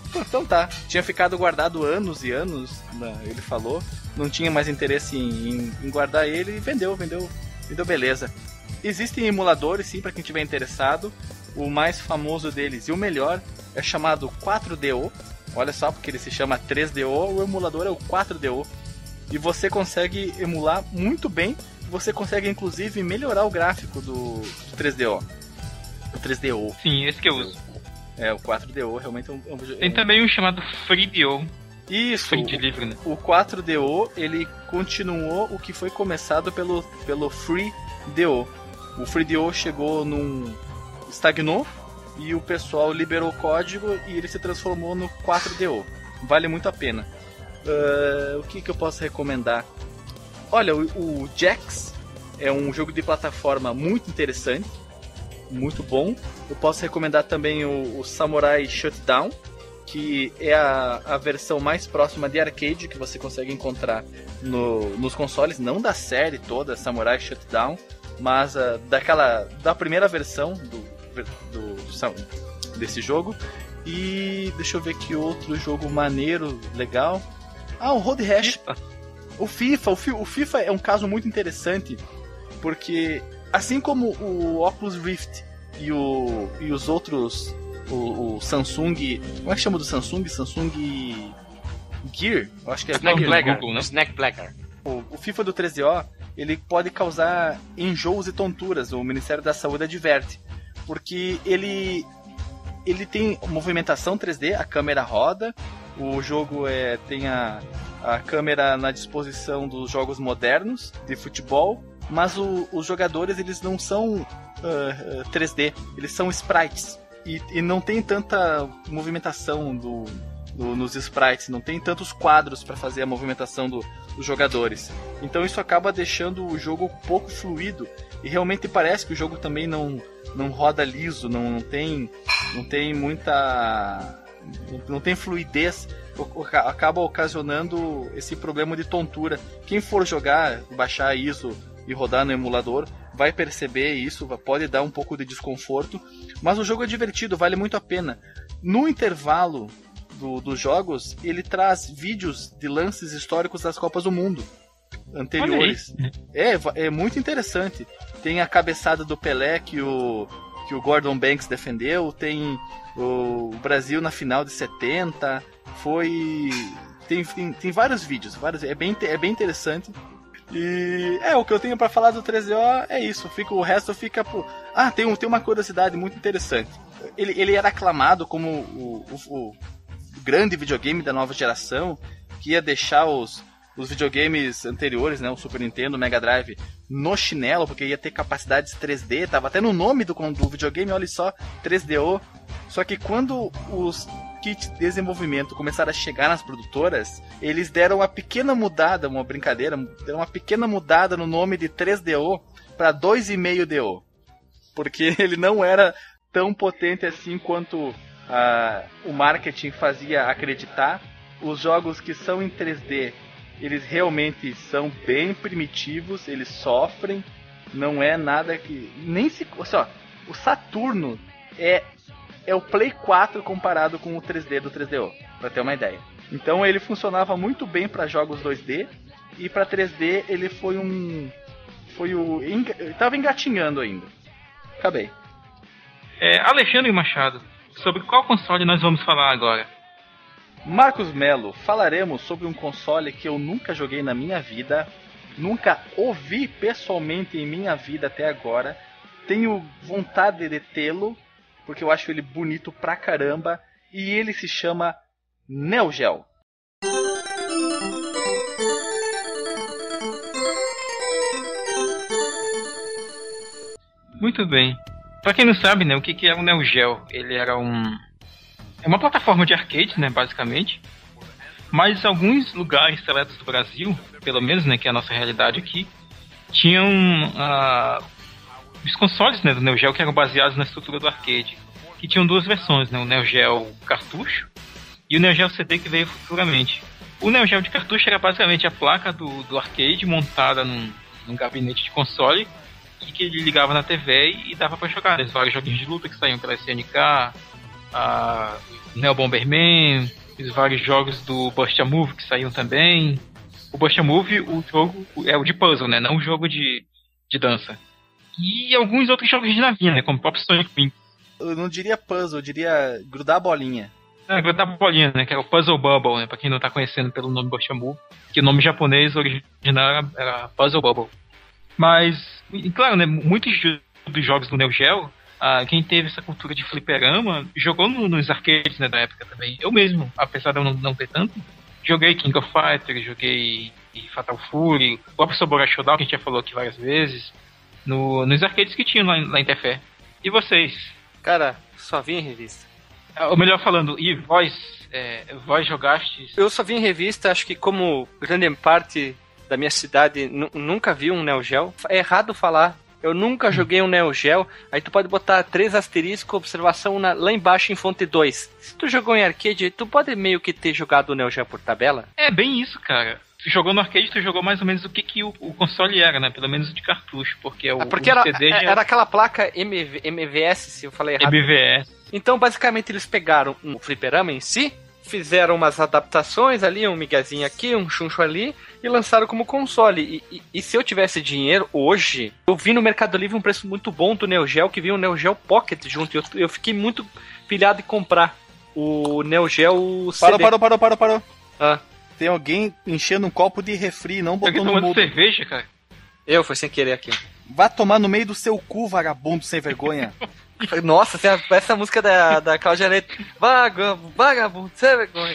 Então tá. Tinha ficado guardado anos e anos, ele falou. Não tinha mais interesse em guardar ele e vendeu beleza. Existem emuladores, sim, pra quem tiver interessado. O mais famoso deles e o melhor é chamado 4DO. Olha só, porque ele se chama 3DO, o emulador é o 4DO. E você consegue emular muito bem. Você consegue, inclusive, melhorar o gráfico do 3DO. O 3DO. Sim, esse que eu uso. O 4DO realmente é um... Tem também um chamado FreeDO. Isso, Free de livre, né? O 4DO, ele continuou o que foi começado pelo FreeDO. O FreeDO chegou estagnou e o pessoal liberou o código e ele se transformou no 4DO. Vale muito a pena. O que eu posso recomendar? Olha, o Jax é um jogo de plataforma muito interessante, muito bom. Eu posso recomendar também o Samurai Shutdown, que é a versão mais próxima de arcade que você consegue encontrar nos consoles, não da série toda, Samurai Shutdown, mas da primeira versão desse jogo. E deixa eu ver que outro jogo maneiro, legal. O Road Rash. O FIFA é um caso muito interessante, porque assim como o Oculus Rift e os outros, o Samsung, como é que chama do Samsung? Samsung Gear? Eu acho que é Snack Blacker. O FIFA do 3DO, ele pode causar enjoos e tonturas, o Ministério da Saúde adverte, porque ele tem movimentação 3D, a câmera roda, o jogo tem a câmera na disposição dos jogos modernos de futebol, mas os jogadores eles não são 3D, eles são sprites e não tem tanta movimentação nos sprites, não tem tantos quadros para fazer a movimentação dos jogadores. Então isso acaba deixando o jogo pouco fluido e realmente parece que o jogo também não roda liso, não tem muita... não tem fluidez, acaba ocasionando esse problema de tontura. Quem for jogar, baixar ISO e rodar no emulador vai perceber isso, pode dar um pouco de desconforto, mas o jogo é divertido, vale muito a pena. No intervalo dos jogos, ele traz vídeos de lances históricos das Copas do Mundo anteriores. É muito interessante. Tem a cabeçada do Pelé que o Gordon Banks defendeu, tem o Brasil na final de 70, tem vários vídeos, é bem interessante. E o que eu tenho pra falar do 3DO é isso, o resto fica por... tem uma curiosidade muito interessante. Ele era aclamado como o grande videogame da nova geração, que ia deixar os videogames anteriores, né, o Super Nintendo, o Mega Drive, no chinelo, porque ia ter capacidades 3D, tava até no nome do videogame, olha só, 3DO. Só que quando os kits de desenvolvimento começaram a chegar nas produtoras, eles deram uma pequena mudada, uma brincadeira, deram uma pequena mudada no nome de 3DO para 2,5DO, porque ele não era tão potente assim quanto o marketing fazia acreditar. Os jogos que são em 3D, eles realmente são bem primitivos, eles sofrem, não é nada que... o Saturno é o Play 4 comparado com o 3D do 3DO, pra ter uma ideia. Então ele funcionava muito bem para jogos 2D, e para 3D ele tava engatinhando ainda. Acabei. Alexandre Machado, sobre qual console nós vamos falar agora? Marcos Melo, falaremos sobre um console que eu nunca joguei na minha vida, nunca ouvi pessoalmente em minha vida até agora, tenho vontade de tê-lo, porque eu acho ele bonito pra caramba, e ele se chama Neo Geo. Muito bem. Pra quem não sabe, né, o que é o Neo Geo? Ele era uma plataforma de arcade, né, basicamente. Mas alguns lugares seletos do Brasil, pelo menos, né, que é a nossa realidade aqui, tinham os consoles, né, do Neo Geo que eram baseados na estrutura do arcade, que tinham duas versões, né, o Neo Geo cartucho e o Neo Geo CD, que veio futuramente. O Neo Geo de cartucho era basicamente a placa do arcade montada num gabinete de console e que ele ligava na TV e dava pra jogar. Vários joguinhos de luta que saíam pela SNK, Neo Bomberman, fiz vários jogos do Bust a Move que saíram também. O Bust a Move, o jogo é o de puzzle, né? Não o jogo de dança. E alguns outros jogos de navinha, né? Como o próprio Sonic Wings. Eu não diria puzzle, eu diria grudar a bolinha. Grudar a bolinha, né? Que era o Puzzle Bubble, né? Pra quem não tá conhecendo pelo nome Bust a Move. Que o nome japonês original era Puzzle Bubble. Mas, e claro, né? Muitos dos jogos do Neo Geo, quem teve essa cultura de fliperama, jogou nos arcades, né, da época também. Eu mesmo, apesar de eu não ter tanto, joguei King of Fighters, joguei Fatal Fury, o próprio Samurai Shodown, que a gente já falou aqui várias vezes, nos arcades que tinham lá em Tefé. E vocês? Cara, só vi em revista. Ou melhor falando, e vós jogaste? Eu só vi em revista, acho que como grande parte da minha cidade nunca vi um Neo Geo. É errado falar. Eu nunca joguei um Neo Geo. Aí tu pode botar 3 asterisco, observação lá embaixo em fonte 2. Se tu jogou em arcade, tu pode meio que ter jogado o Neo Geo por tabela? É bem isso, cara. Tu jogou no arcade, tu jogou mais ou menos o que o console era, né? Pelo menos de cartucho, porque o CD era aquela placa MVS, se eu falei errado. MVS. Então, basicamente, eles pegaram um fliperama em si, fizeram umas adaptações ali, um miguezinho aqui, um chuncho ali, e lançaram como console. E se eu tivesse dinheiro, hoje, eu vi no Mercado Livre um preço muito bom do Neo Geo, que vinha o Neo Geo Pocket junto. Eu fiquei muito pilhado em comprar o Neo Geo CD. Parou. Tem alguém enchendo um copo de refri e não botou no mundo. Cerveja, cara? Foi sem querer aqui. Vá tomar no meio do seu cu, vagabundo sem vergonha. Nossa, essa música da Cláudia Leite. Vagabundo, sem vergonha.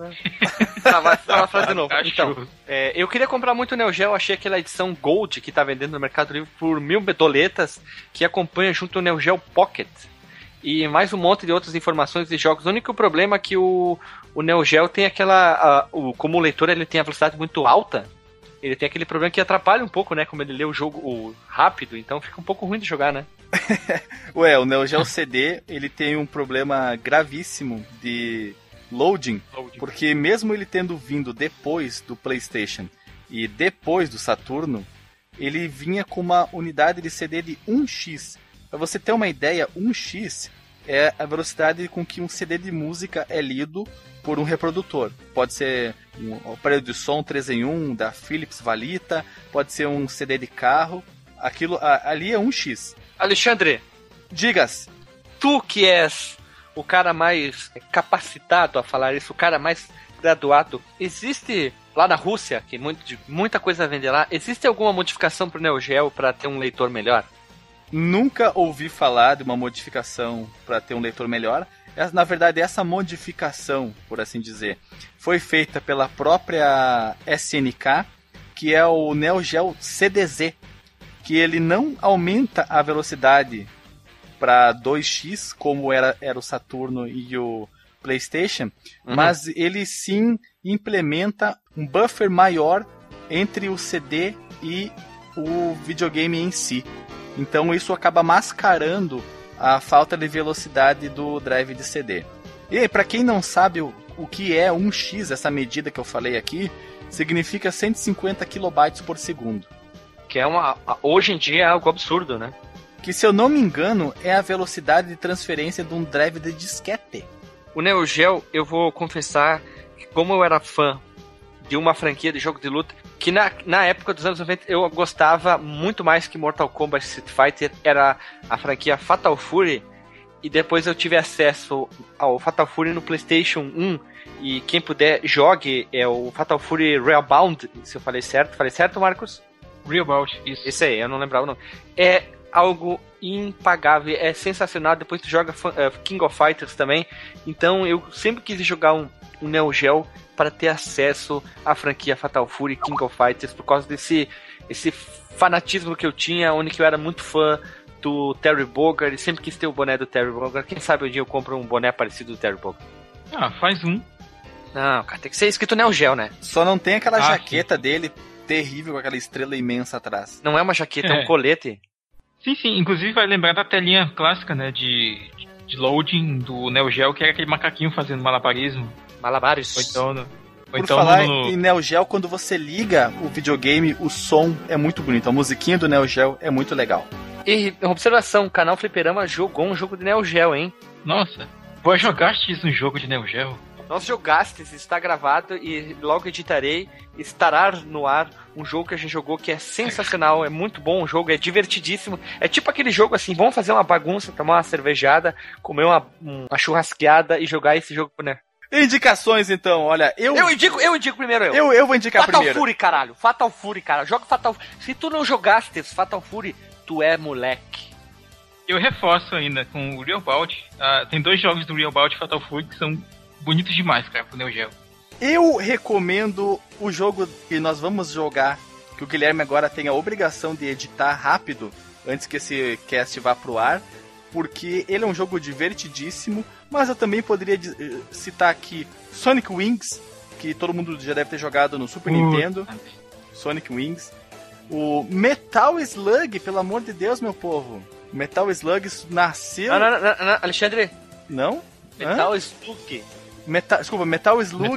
Vai falar de novo. Então, eu queria comprar muito o Neo Geo, achei aquela edição Gold que tá vendendo no Mercado Livre por 1.000 doletas, que acompanha junto o Neo Geo Pocket. E mais um monte de outras informações de jogos. O único problema é que o Neo Geo tem como o leitor ele tem a velocidade muito alta, ele tem aquele problema que atrapalha um pouco, né? Como ele lê o jogo rápido, então fica um pouco ruim de jogar, né? O Neo Geo CD, ele tem um problema gravíssimo de loading, porque mesmo ele tendo vindo depois do PlayStation e depois do Saturno, ele vinha com uma unidade de CD de 1x. Para você ter uma ideia, 1x é a velocidade com que um CD de música é lido por um reprodutor. Pode ser um aparelho de som 3 em 1 da Philips Valita, pode ser um CD de carro. Aquilo ali é 1x. Alexandre, digas. Tu que és o cara mais capacitado a falar isso, o cara mais graduado, existe lá na Rússia, que muita coisa a vender lá, existe alguma modificação pro Neo Geo para ter um leitor melhor? Nunca ouvi falar de uma modificação para ter um leitor melhor. Na verdade, essa modificação, por assim dizer, foi feita pela própria SNK, que é o Neo Geo CDZ, que ele não aumenta a velocidade para 2x, como era o Saturno e o PlayStation, mas ele sim implementa um buffer maior entre o CD e o videogame em si. Então isso acaba mascarando a falta de velocidade do drive de CD. E para quem não sabe o que é 1x, essa medida que eu falei aqui, significa 150 kilobytes por segundo. Que é hoje em dia é algo absurdo, né? Que, se eu não me engano, é a velocidade de transferência de um drive de disquete. O Neo Geo, eu vou confessar que como eu era fã de uma franquia de jogo de luta, que na época dos anos 90 eu gostava muito mais que Mortal Kombat Street Fighter, era a franquia Fatal Fury, e depois eu tive acesso ao Fatal Fury no PlayStation 1, e quem puder jogue, é o Fatal Fury Realbound, se eu falei certo. Falei certo, Marcos? Realbound, isso. Isso aí, eu não lembrava o nome. É algo impagável, é sensacional. Depois tu joga King of Fighters também, então eu sempre quis jogar um Neo Geo para ter acesso à franquia Fatal Fury, King of Fighters, por causa desse fanatismo que eu tinha, onde eu era muito fã do Terry Bogard, e sempre quis ter o boné do Terry Bogard. Quem sabe um dia eu compro um boné parecido do Terry Bogard. Faz um. Não, cara, tem que ser escrito Neo Geo, né? Só não tem aquela jaqueta dele terrível com aquela estrela imensa atrás. Não é uma jaqueta, é um colete. Sim, inclusive vai lembrar da telinha clássica, né, de loading do Neo Geo, que era aquele macaquinho fazendo malabarismo. Malabares. Por falar em Neo Geo, quando você liga o videogame, o som é muito bonito. A musiquinha do Neo Geo é muito legal. E observação, o canal Fliperama jogou um jogo de Neo Geo, hein? Nossa. Pô, jogaste isso no jogo de Neo Geo? Nós jogastes, está gravado e logo editarei, estará no ar um jogo que a gente jogou que é sensacional, é muito bom o jogo, é divertidíssimo. É tipo aquele jogo assim, vamos fazer uma bagunça, tomar uma cervejada, comer uma churrasqueada e jogar esse jogo pro Neo. Indicações, então, olha, eu indico primeiro eu vou indicar Fatal primeiro. Fury, caralho. Fatal Fury, cara. Joga Fatal Fury. Se tu não jogaste Fatal Fury, tu é moleque. Eu reforço ainda com o Real Bout. Tem 2 jogos do Real Bout Fatal Fury que são bonitos demais, cara, pro Neo Geo. Eu recomendo o jogo que nós vamos jogar, que o Guilherme agora tem a obrigação de editar rápido, antes que esse cast vá pro ar, porque ele é um jogo divertidíssimo, mas eu também poderia citar aqui Sonic Wings, que todo mundo já deve ter jogado no Super Nintendo. Sonic Wings. O Metal Slug, pelo amor de Deus, meu povo. Metal Slug nasceu... Não, Alexandre. Não? Metal Slug. Desculpa, Metal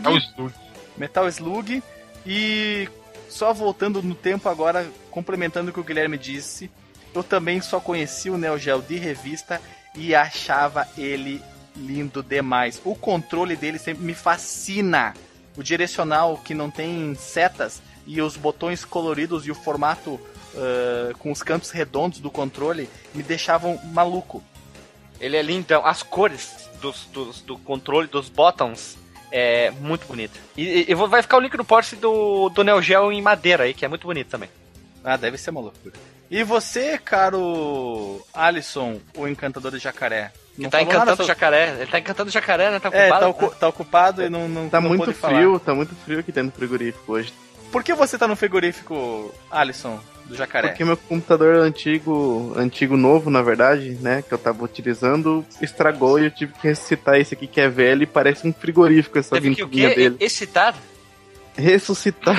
Slug. E só voltando no tempo agora, complementando o que o Guilherme disse, eu também só conheci o Neo Geo de revista e achava ele lindo demais. O controle dele sempre me fascina. O direcional que não tem setas e os botões coloridos e o formato com os cantos redondos do controle me deixavam maluco. Ele é lindão. As cores do controle, dos buttons, é muito bonito. E vai ficar o link no post do Neo Geo em madeira aí, que é muito bonito também. Ah, deve ser uma loucura. E você, caro Alisson, o encantador de jacaré? Ele tá encantando o jacaré. Ele tá encantando o jacaré, né? Tá ocupado. Tá ocupado e não tá não muito pode frio, falar. tá muito frio aqui dentro do frigorífico hoje. Por que você tá no frigorífico, Alisson, do jacaré? Porque meu computador antigo novo, na verdade, né, que eu tava utilizando, estragou e eu tive que ressuscitar esse aqui que é velho e parece um frigorífico essa ventoinha dele. Excitar? Ressuscitar.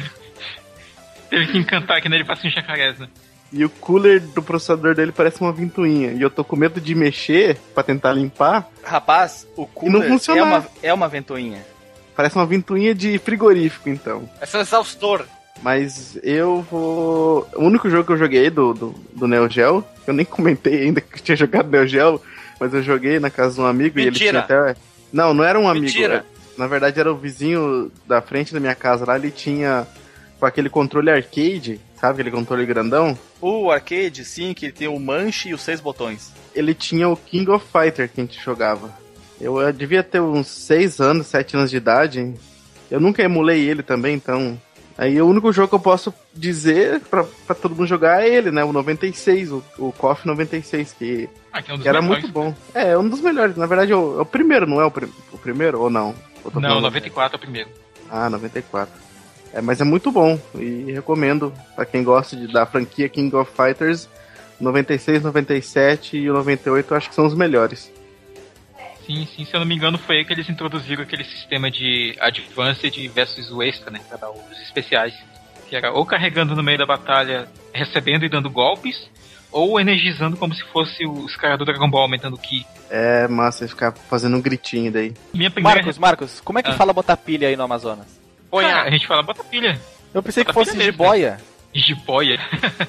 Teve que encantar que nele passa um jacarés, né? E o cooler do processador dele parece uma ventoinha. E eu tô com medo de mexer pra tentar limpar. Rapaz, o cooler é uma ventoinha. Parece uma ventoinha de frigorífico, então. É um exaustor. Mas eu vou... O único jogo que eu joguei do Neo Geo, eu nem comentei ainda que eu tinha jogado Neo Geo, mas eu joguei na casa de um amigo. Mentira. E ele tinha até... Não era um amigo. Mentira. Na verdade era o vizinho da frente da minha casa lá, ele tinha com aquele controle arcade, sabe? Aquele controle grandão. O arcade, sim, que tem o manche e os 6 botões. Ele tinha o King of Fighter que a gente jogava. Eu devia ter uns 6 anos, 7 anos de idade. Eu nunca emulei ele também, então... Aí o único jogo que eu posso dizer pra todo mundo jogar é ele, né? O 96, o KOF 96, que era muito bom. É um dos melhores. Na verdade, é o primeiro, não é o primeiro? Ou não? Não, 94 é o primeiro. Ah, 94. Mas é muito bom. E recomendo pra quem gosta da franquia King of Fighters. 96, 97 e o 98 eu acho que são os melhores. Sim, se eu não me engano foi aí que eles introduziram aquele sistema de Advanced versus o Extra, né, pra dar os especiais, que era ou carregando no meio da batalha, recebendo e dando golpes, ou energizando como se fosse os caras do Dragon Ball aumentando o Ki. É massa ficar fazendo um gritinho daí. Marcos, como é que fala botar pilha aí no Amazonas? Cara, a gente fala bota pilha. Eu pensei que fosse jiboia. Jiboia?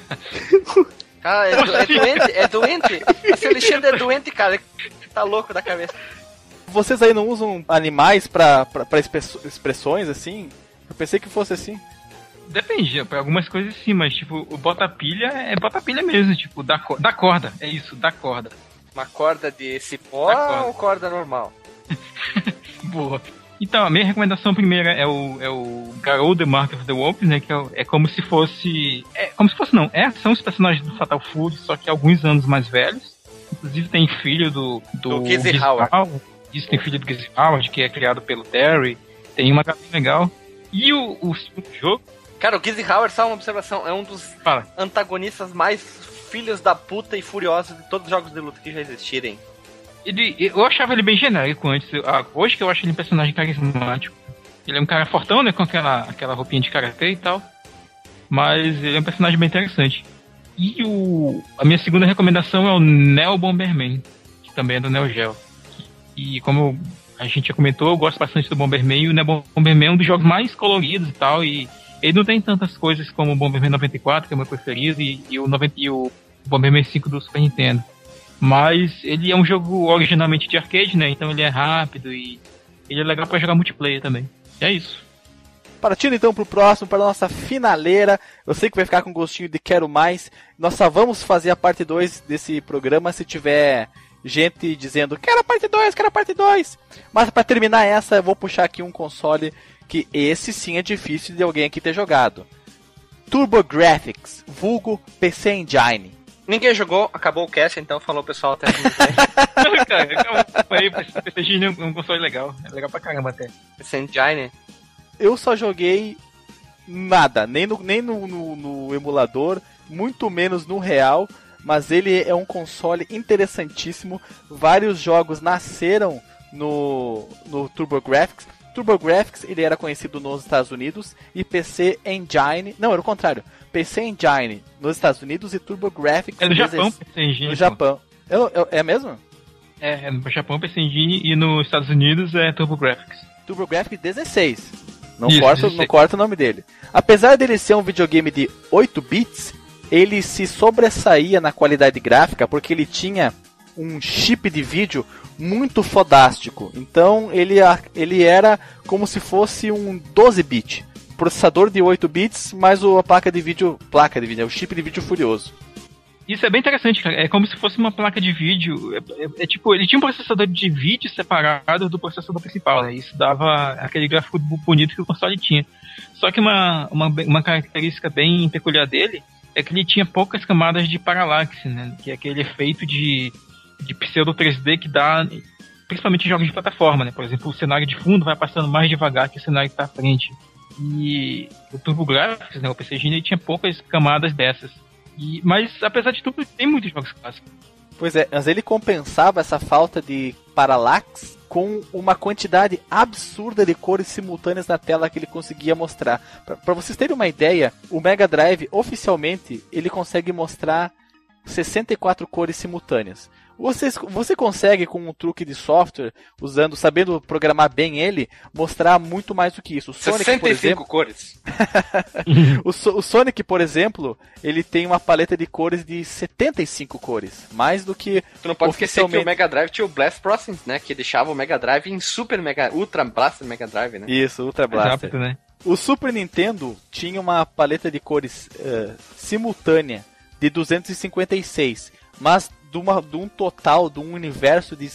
Cara, é doente. Esse Alexandre é doente, cara. Tá louco da cabeça. Vocês aí não usam animais pra expressões assim? Eu pensei que fosse assim. Depende, pra algumas coisas sim, mas tipo, o bota-pilha é bota-pilha mesmo, tipo, da corda, é isso, da corda. Uma corda de cipó ou corda normal? Boa. Então, a minha recomendação primeira é o Garou The Mark of the Wolf, né, que é como se fosse... são os personagens do Fatal Fury, só que alguns anos mais velhos. Inclusive tem filho do Gizzy Howard. Isso, tem filho do Gizzy Howard, que é criado pelo Terry. Tem uma galera legal. E o segundo jogo... Cara, o Gizzy Howard, só uma observação, é um dos antagonistas mais filhos da puta e furiosos de todos os jogos de luta que já existirem. Eu achava ele bem genérico antes. Hoje que eu acho ele um personagem carismático. Ele é um cara fortão, né? Com aquela roupinha de karatê e tal. Mas ele é um personagem bem interessante. E a minha segunda recomendação é o Neo Bomberman, que também é do Neo Geo. E como a gente já comentou, eu gosto bastante do Bomberman. E o Neo Bomberman é um dos jogos mais coloridos e tal. E ele não tem tantas coisas como o Bomberman 94, que é o meu preferido, e o Bomberman 5 do Super Nintendo. Mas ele é um jogo originalmente de arcade, né? Então ele é rápido e ele é legal pra jogar multiplayer também. E é isso. Partindo então pro próximo, para a nossa finaleira. Eu sei que vai ficar com gostinho de quero mais. Nós só vamos fazer a parte 2 desse programa se tiver gente dizendo quero a parte 2, quero a parte 2. Mas para terminar essa, eu vou puxar aqui um console que esse sim é difícil de alguém aqui ter jogado. TurboGrafx, vulgo PC Engine. Ninguém jogou, acabou o cast, então falou pessoal até PC Engine é um console legal. É legal pra caramba até. PC Engine. Eu só joguei nada, nem no emulador, muito menos no real, mas ele é um console interessantíssimo. Vários jogos nasceram no TurboGrafx. TurboGrafx ele era conhecido nos Estados Unidos e PC Engine, não, era o contrário. PC Engine nos Estados Unidos e TurboGrafx no Japão, PC Engine. No Japão. É mesmo? É no Japão PC Engine e nos Estados Unidos é TurboGrafx. TurboGrafx 16. Não corta o nome dele. Apesar dele ser um videogame de 8 bits, ele se sobressaía na qualidade gráfica porque ele tinha um chip de vídeo muito fodástico. Então ele era como se fosse um 12-bit. Processador de 8 bits, mais a placa de vídeo, o chip de vídeo furioso. Isso é bem interessante, cara. É como se fosse uma placa de vídeo. Tipo, ele tinha um processador de vídeo separado do processador principal, né? Isso dava aquele gráfico bonito que o console tinha. Só que uma característica bem peculiar dele é que ele tinha poucas camadas de paralaxe, né? Que é aquele efeito de pseudo 3D que dá, principalmente em jogos de plataforma, né? Por exemplo, o cenário de fundo vai passando mais devagar que o cenário que está à frente. E o TurboGrafx, né? O PC Engine, ele tinha poucas camadas dessas. Mas, apesar de tudo, tem muitos jogos clássicos. Pois é, mas ele compensava essa falta de parallax com uma quantidade absurda de cores simultâneas na tela que ele conseguia mostrar. Para vocês terem uma ideia, o Mega Drive, oficialmente, ele consegue mostrar 64 cores simultâneas. Você consegue, com um truque de software, sabendo programar bem ele, mostrar muito mais do que isso. O Sonic, 65 por exemplo, cores. o Sonic, por exemplo, ele tem uma paleta de cores de 75 cores. Mais do que tu não pode esquecer que o Mega Drive tinha o Blast Process, né? Que deixava o Mega Drive em Ultra Blaster Mega Drive, né? Isso, Ultra Blaster. Rápido, né? O Super Nintendo tinha uma paleta de cores simultânea de 256, mas de um total, de um universo de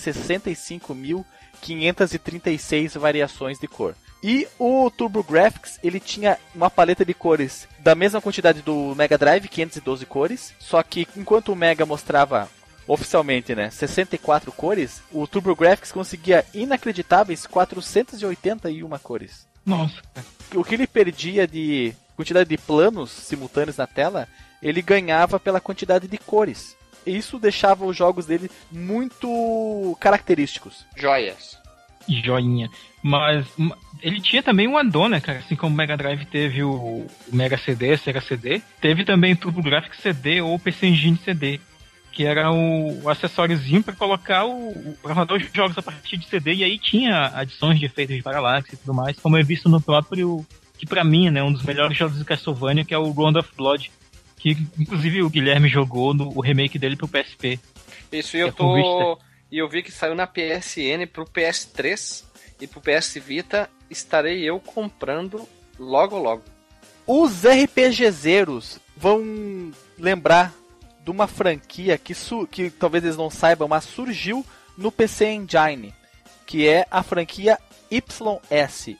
65.536 variações de cor. E o TurboGrafx, ele tinha uma paleta de cores da mesma quantidade do Mega Drive, 512 cores, só que enquanto o Mega mostrava oficialmente, né, 64 cores, o TurboGrafx conseguia inacreditáveis 481 cores. Nossa. O que ele perdia de quantidade de planos simultâneos na tela, ele ganhava pela quantidade de cores. Isso deixava os jogos dele muito característicos. Joias. Joinha. Mas ele tinha também um addon, né, cara? Assim como o Mega Drive teve o Mega CD, Sega CD, teve também o TurboGrafx CD ou o PC Engine CD, que era o acessóriozinho para colocar para rodar os jogos a partir de CD, e aí tinha adições de efeitos de parallaxe e tudo mais, como é visto no próprio, que pra mim, né, um dos melhores jogos de Castlevania, que é o Round of Blood, que inclusive o Guilherme jogou o remake dele pro PSP. Isso, e eu vi que saiu na PSN pro PS3 e pro PS Vita, estarei eu comprando logo. Os RPGzeiros vão lembrar de uma franquia que talvez eles não saibam, mas surgiu no PC Engine, que é a franquia YS.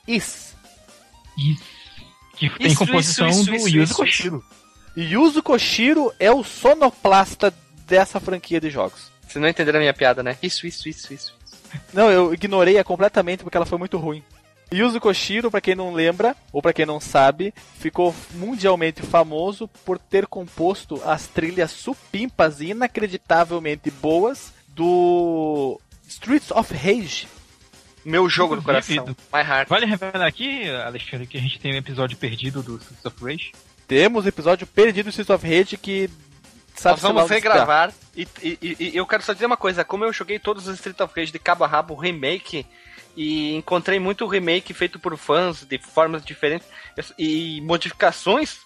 Que tem composição do Yuzo Koshiro. Yuzo Koshiro é o sonoplasta dessa franquia de jogos. Vocês não entenderam a minha piada, né? Isso. Não, eu ignorei-a completamente porque ela foi muito ruim. Yuzo Koshiro, pra quem não lembra, ou pra quem não sabe, ficou mundialmente famoso por ter composto as trilhas supimpas e inacreditavelmente boas do Streets of Rage. Meu jogo do coração. My Heart. Vale revelar aqui, Alexandre, que a gente tem um episódio perdido do Streets of Rage? Temos episódio perdido do Streets of Rage que... Nós vamos regravar. E eu quero só dizer uma coisa. Como eu joguei todos os Streets of Rage de cabo a rabo, remake, e encontrei muito remake feito por fãs de formas diferentes e modificações,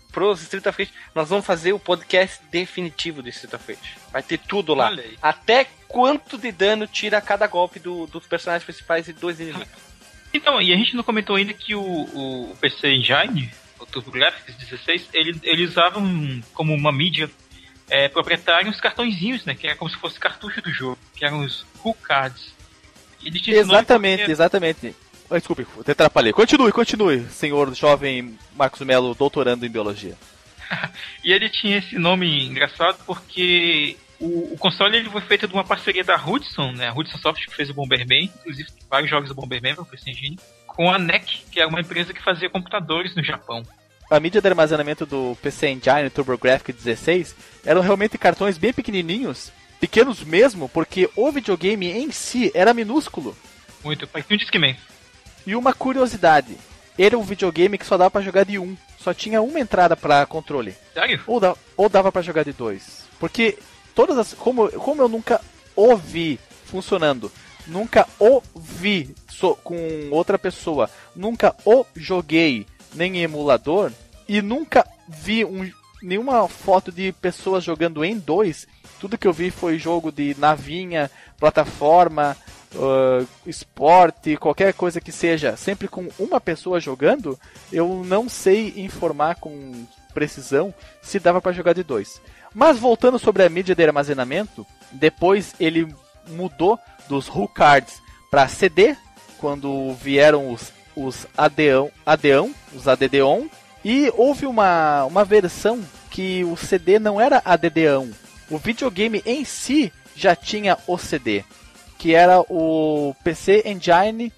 pros Street of Rage, nós vamos fazer o podcast definitivo do Street of Rage. Vai ter tudo lá. Até quanto de dano tira cada golpe dos personagens principais e dos inimigos. Então, e a gente não comentou ainda que o PC Engine, o TurboGrafx 16, ele usava como uma mídia proprietária uns cartõezinhos, né? Que era como se fosse cartucho do jogo, que eram os Who Cards. Exatamente. Desculpe, eu te atrapalhei. Continue, senhor jovem Marcos Melo, doutorando em biologia. E ele tinha esse nome engraçado porque o console ele foi feito de uma parceria da Hudson, né? A Hudson Software que fez o Bomberman, inclusive vários jogos do Bomberman para o PC Engine, com a NEC, que era uma empresa que fazia computadores no Japão. A mídia de armazenamento do PC Engine TurboGrafx 16 eram realmente cartões bem pequenininhos, pequenos mesmo, porque o videogame em si era minúsculo. Muito, parecia um Discman. E uma curiosidade, era um videogame que só dava pra jogar de 1, só tinha uma entrada pra controle. Sério? Ou dava pra jogar de 2. Porque como eu nunca o vi funcionando, nunca o vi com outra pessoa, nunca o joguei nem em emulador, e nunca vi nenhuma foto de pessoas jogando em 2, tudo que eu vi foi jogo de navinha, plataforma, esporte, qualquer coisa que seja, sempre com uma pessoa jogando. Eu não sei informar com precisão se dava para jogar de 2. Mas voltando sobre a mídia de armazenamento, depois ele mudou dos Who Cards para CD, quando vieram os ADD-ON, e houve uma versão que o CD não era ADD-ON. O videogame em si já tinha o CD, que era o PC Engine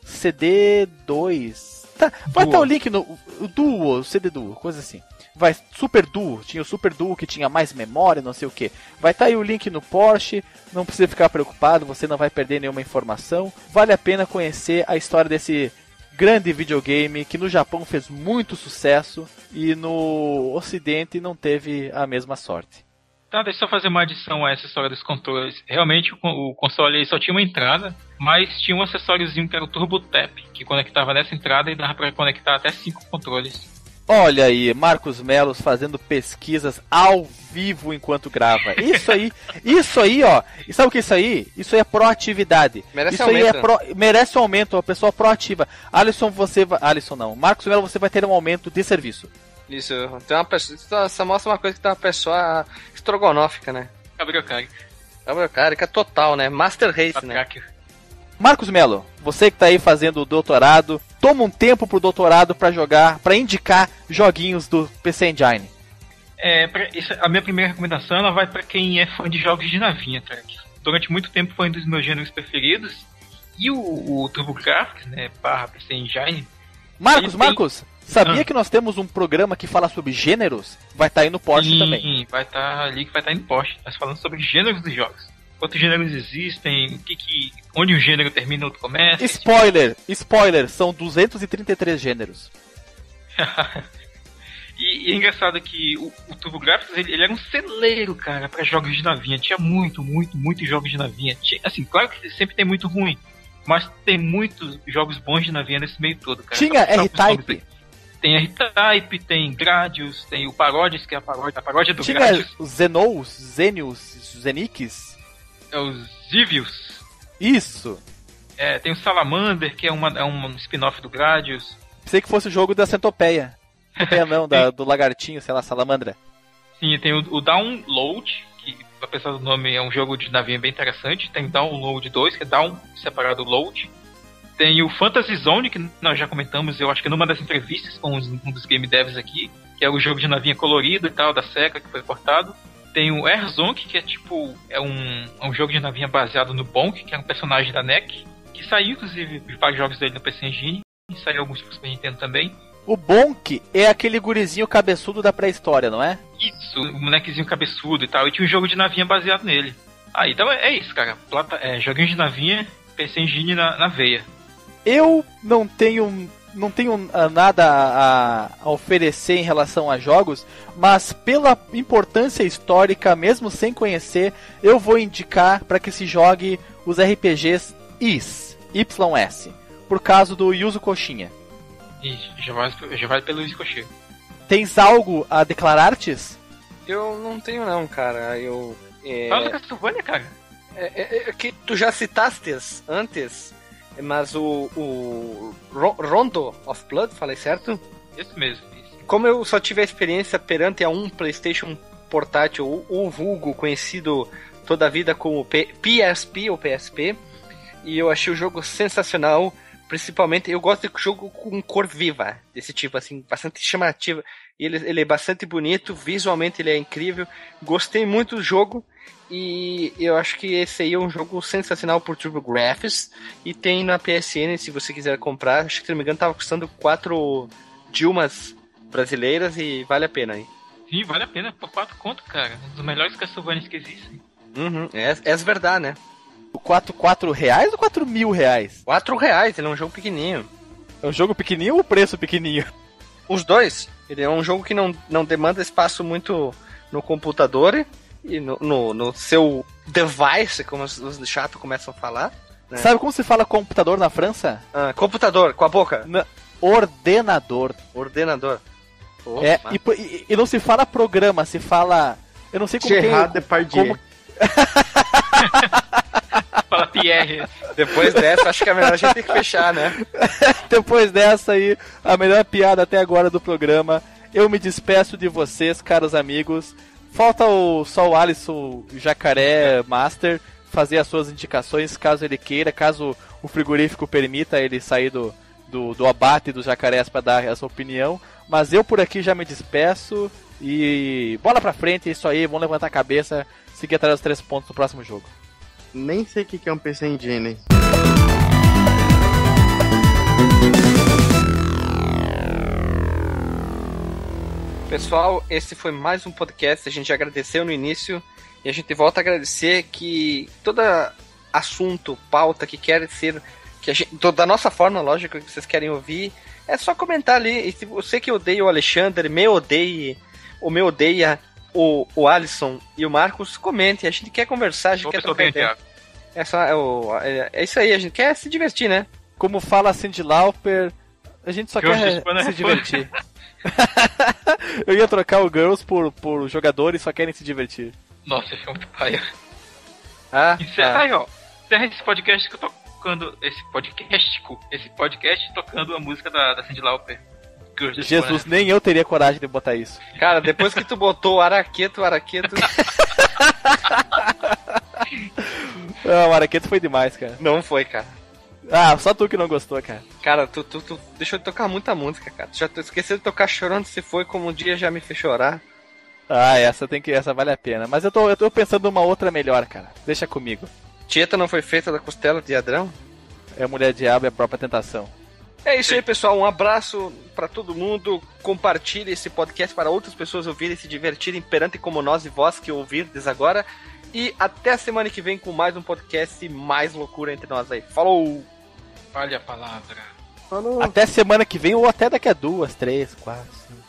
CD2. Vai estar o link no Duo, CD Duo, coisa assim. Super Duo, tinha o Super Duo que tinha mais memória, não sei o que. Vai estar aí o link no Porsche, não precisa ficar preocupado, você não vai perder nenhuma informação. Vale a pena conhecer a história desse grande videogame que no Japão fez muito sucesso e no Ocidente não teve a mesma sorte. Tá, deixa eu só fazer uma adição a essa história dos controles. Realmente o console só tinha uma entrada, mas tinha um acessóriozinho que era o Turbo Tap, que conectava nessa entrada e dava para conectar até 5 controles. Olha aí, Marcos Melos fazendo pesquisas ao vivo enquanto grava. Isso aí, ó. E sabe o que é isso aí? Isso aí é proatividade. Merece aumento. Merece um aumento, uma pessoa proativa. Alisson não. Marcos Melo, você vai ter um aumento de serviço. Isso, tem uma pessoa. Isso mostra uma coisa que tem uma pessoa estrogonófica, né? Cabriocárica total, né? Master Race, né? Marcos Melo, você que tá aí fazendo o doutorado, toma um tempo pro doutorado pra jogar, pra indicar joguinhos do PC Engine. A minha primeira recomendação ela vai pra quem é fã de jogos de navinha, Trek. Durante muito tempo foi um dos meus gêneros preferidos. E o TurboGrafx, né, /PC Engine. Marcos, sabia que nós temos um programa que fala sobre gêneros? Vai estar aí no Porsche também. Sim, vai estar ali que vai estar no Porsche. Nós falando sobre gêneros dos jogos. Quantos gêneros existem, onde um gênero termina e outro começa. Spoiler, são 233 gêneros. E é engraçado que o TurboGrafx, ele era um celeiro, cara, para jogos de navinha. Tinha muito jogos de navinha. Assim, claro que sempre tem muito ruim, mas tem muitos jogos bons de navinha nesse meio todo, cara. Tinha R-Type. Tem R-Type, tem Gradius, tem o Parodies, que é a paródia do Tinha Gradius. Tinha Zenos, Zenix. É os Zivius. Isso. Tem o Salamander, que é um spin-off do Gradius. Pensei que fosse o jogo da Centopeia. Centopeia não, do lagartinho, sei lá, Salamandra. Sim, tem o Download, que apesar do nome é um jogo de navinha bem interessante. Tem o Download 2, que é Down separado Load. Tem o Fantasy Zone, que nós já comentamos, eu acho que numa das entrevistas com um dos game devs aqui, que é o jogo de navinha colorido e tal, da SEGA, que foi cortado. Tem o Air-Zonk, que é um jogo de navinha baseado no Bonk, que é um personagem da NEC, que saiu, inclusive, de vários jogos dele no PC Engine, e saiu alguns para o Super Nintendo também. O Bonk é aquele gurizinho cabeçudo da pré-história, não é? Isso, o molequezinho cabeçudo e tal, e tinha um jogo de navinha baseado nele. Então é isso, cara. Joguinho de navinha, PC Engine na veia. Eu não tenho nada a oferecer em relação a jogos, mas pela importância histórica, mesmo sem conhecer, eu vou indicar para que se jogue os RPGs YS, por causa do Yuzo Koshinha. Isso, já vale pelo Yuzo Koshinha. Tens algo a declarar-te? Eu não tenho não, cara. Fala da Castlevania, cara. Que tu já citaste antes, mas o Rondo of Blood, falei certo? Isso mesmo. Como eu só tive a experiência perante a um PlayStation portátil, o vulgo conhecido toda a vida como PSP ou PSP, e eu achei o jogo sensacional. Principalmente, eu gosto de jogo com cor viva, desse tipo, assim, bastante chamativa. Ele é bastante bonito, visualmente ele é incrível. Gostei muito do jogo e eu acho que esse aí é um jogo sensacional por TurboGrafx. E tem na PSN, se você quiser comprar. Acho que, se não me engano, tava custando 4 Dilmas brasileiras e vale a pena aí. Sim, vale a pena, por 4 conto, cara. Um dos melhores Castlevanias que existem. É verdade, né? R$4 ou R$4.000? R$4, ele é um jogo pequenininho. É um jogo pequenininho ou o preço pequenininho? Os dois. Ele é um jogo que não demanda espaço muito no computador e no seu device, como os chatos começam a falar. Né? Sabe como se fala computador na França? Computador, com a boca. Ordenador. Ordenador. E não se fala programa, se fala... Eu não sei como Gerard Depardieu. Fala Pierre. Depois dessa, acho que é melhor a gente ter que fechar, né? Depois dessa aí, a melhor piada até agora do programa. Eu me despeço de vocês, caros amigos. Falta só o Alisson Jacaré Master fazer as suas indicações, caso ele queira, caso o frigorífico permita ele sair do abate dos jacarés para dar a sua opinião. Mas eu por aqui já me despeço e bola pra frente, é isso aí, vamos levantar a cabeça, seguir atrás dos 3 pontos no próximo jogo. Nem sei o que é um PC Engine. Pessoal, esse foi mais um podcast. A gente já agradeceu no início e a gente volta a agradecer que todo assunto, pauta que quer ser, da nossa forma, lógico, que vocês querem ouvir, é só comentar ali. E se você que odeia o Alexandre, me odeia o Alisson e o Marcos, comente. A gente quer conversar, a gente quer trocar ideia. É isso aí, a gente quer se divertir, né? Como fala a Cyndi Lauper, a gente só quer se divertir. Eu ia trocar o Girls por jogadores só querem se divertir. Nossa, esse é muito paia. Aí, ó. Encerra esse podcast que eu tô tocando. Esse podcast tocando a música da Cyndi Lauper. Jesus, nem eu teria coragem de botar isso. Cara, depois que tu botou o Araqueto. Não, o Araqueto foi demais, cara. Não foi, cara. Só tu que não gostou, cara. Cara, tu deixou de tocar muita música, cara. Tu já esqueceu de tocar Chorando Se Foi, Como Um Dia Já Me Fez Chorar. Essa vale a pena. Mas eu tô pensando numa outra melhor, cara. Deixa comigo. Tieta não foi feita da costela de Adrão? É Mulher Diabo e a própria tentação. É isso aí, pessoal. Um abraço pra todo mundo. Compartilhe esse podcast para outras pessoas ouvirem e se divertirem perante como nós e vós que ouvirdes agora. E até a semana que vem com mais um podcast e mais loucura entre nós aí. Falou! Fale a palavra. Falou. Até semana que vem ou até daqui a 2, 3, 4, 5.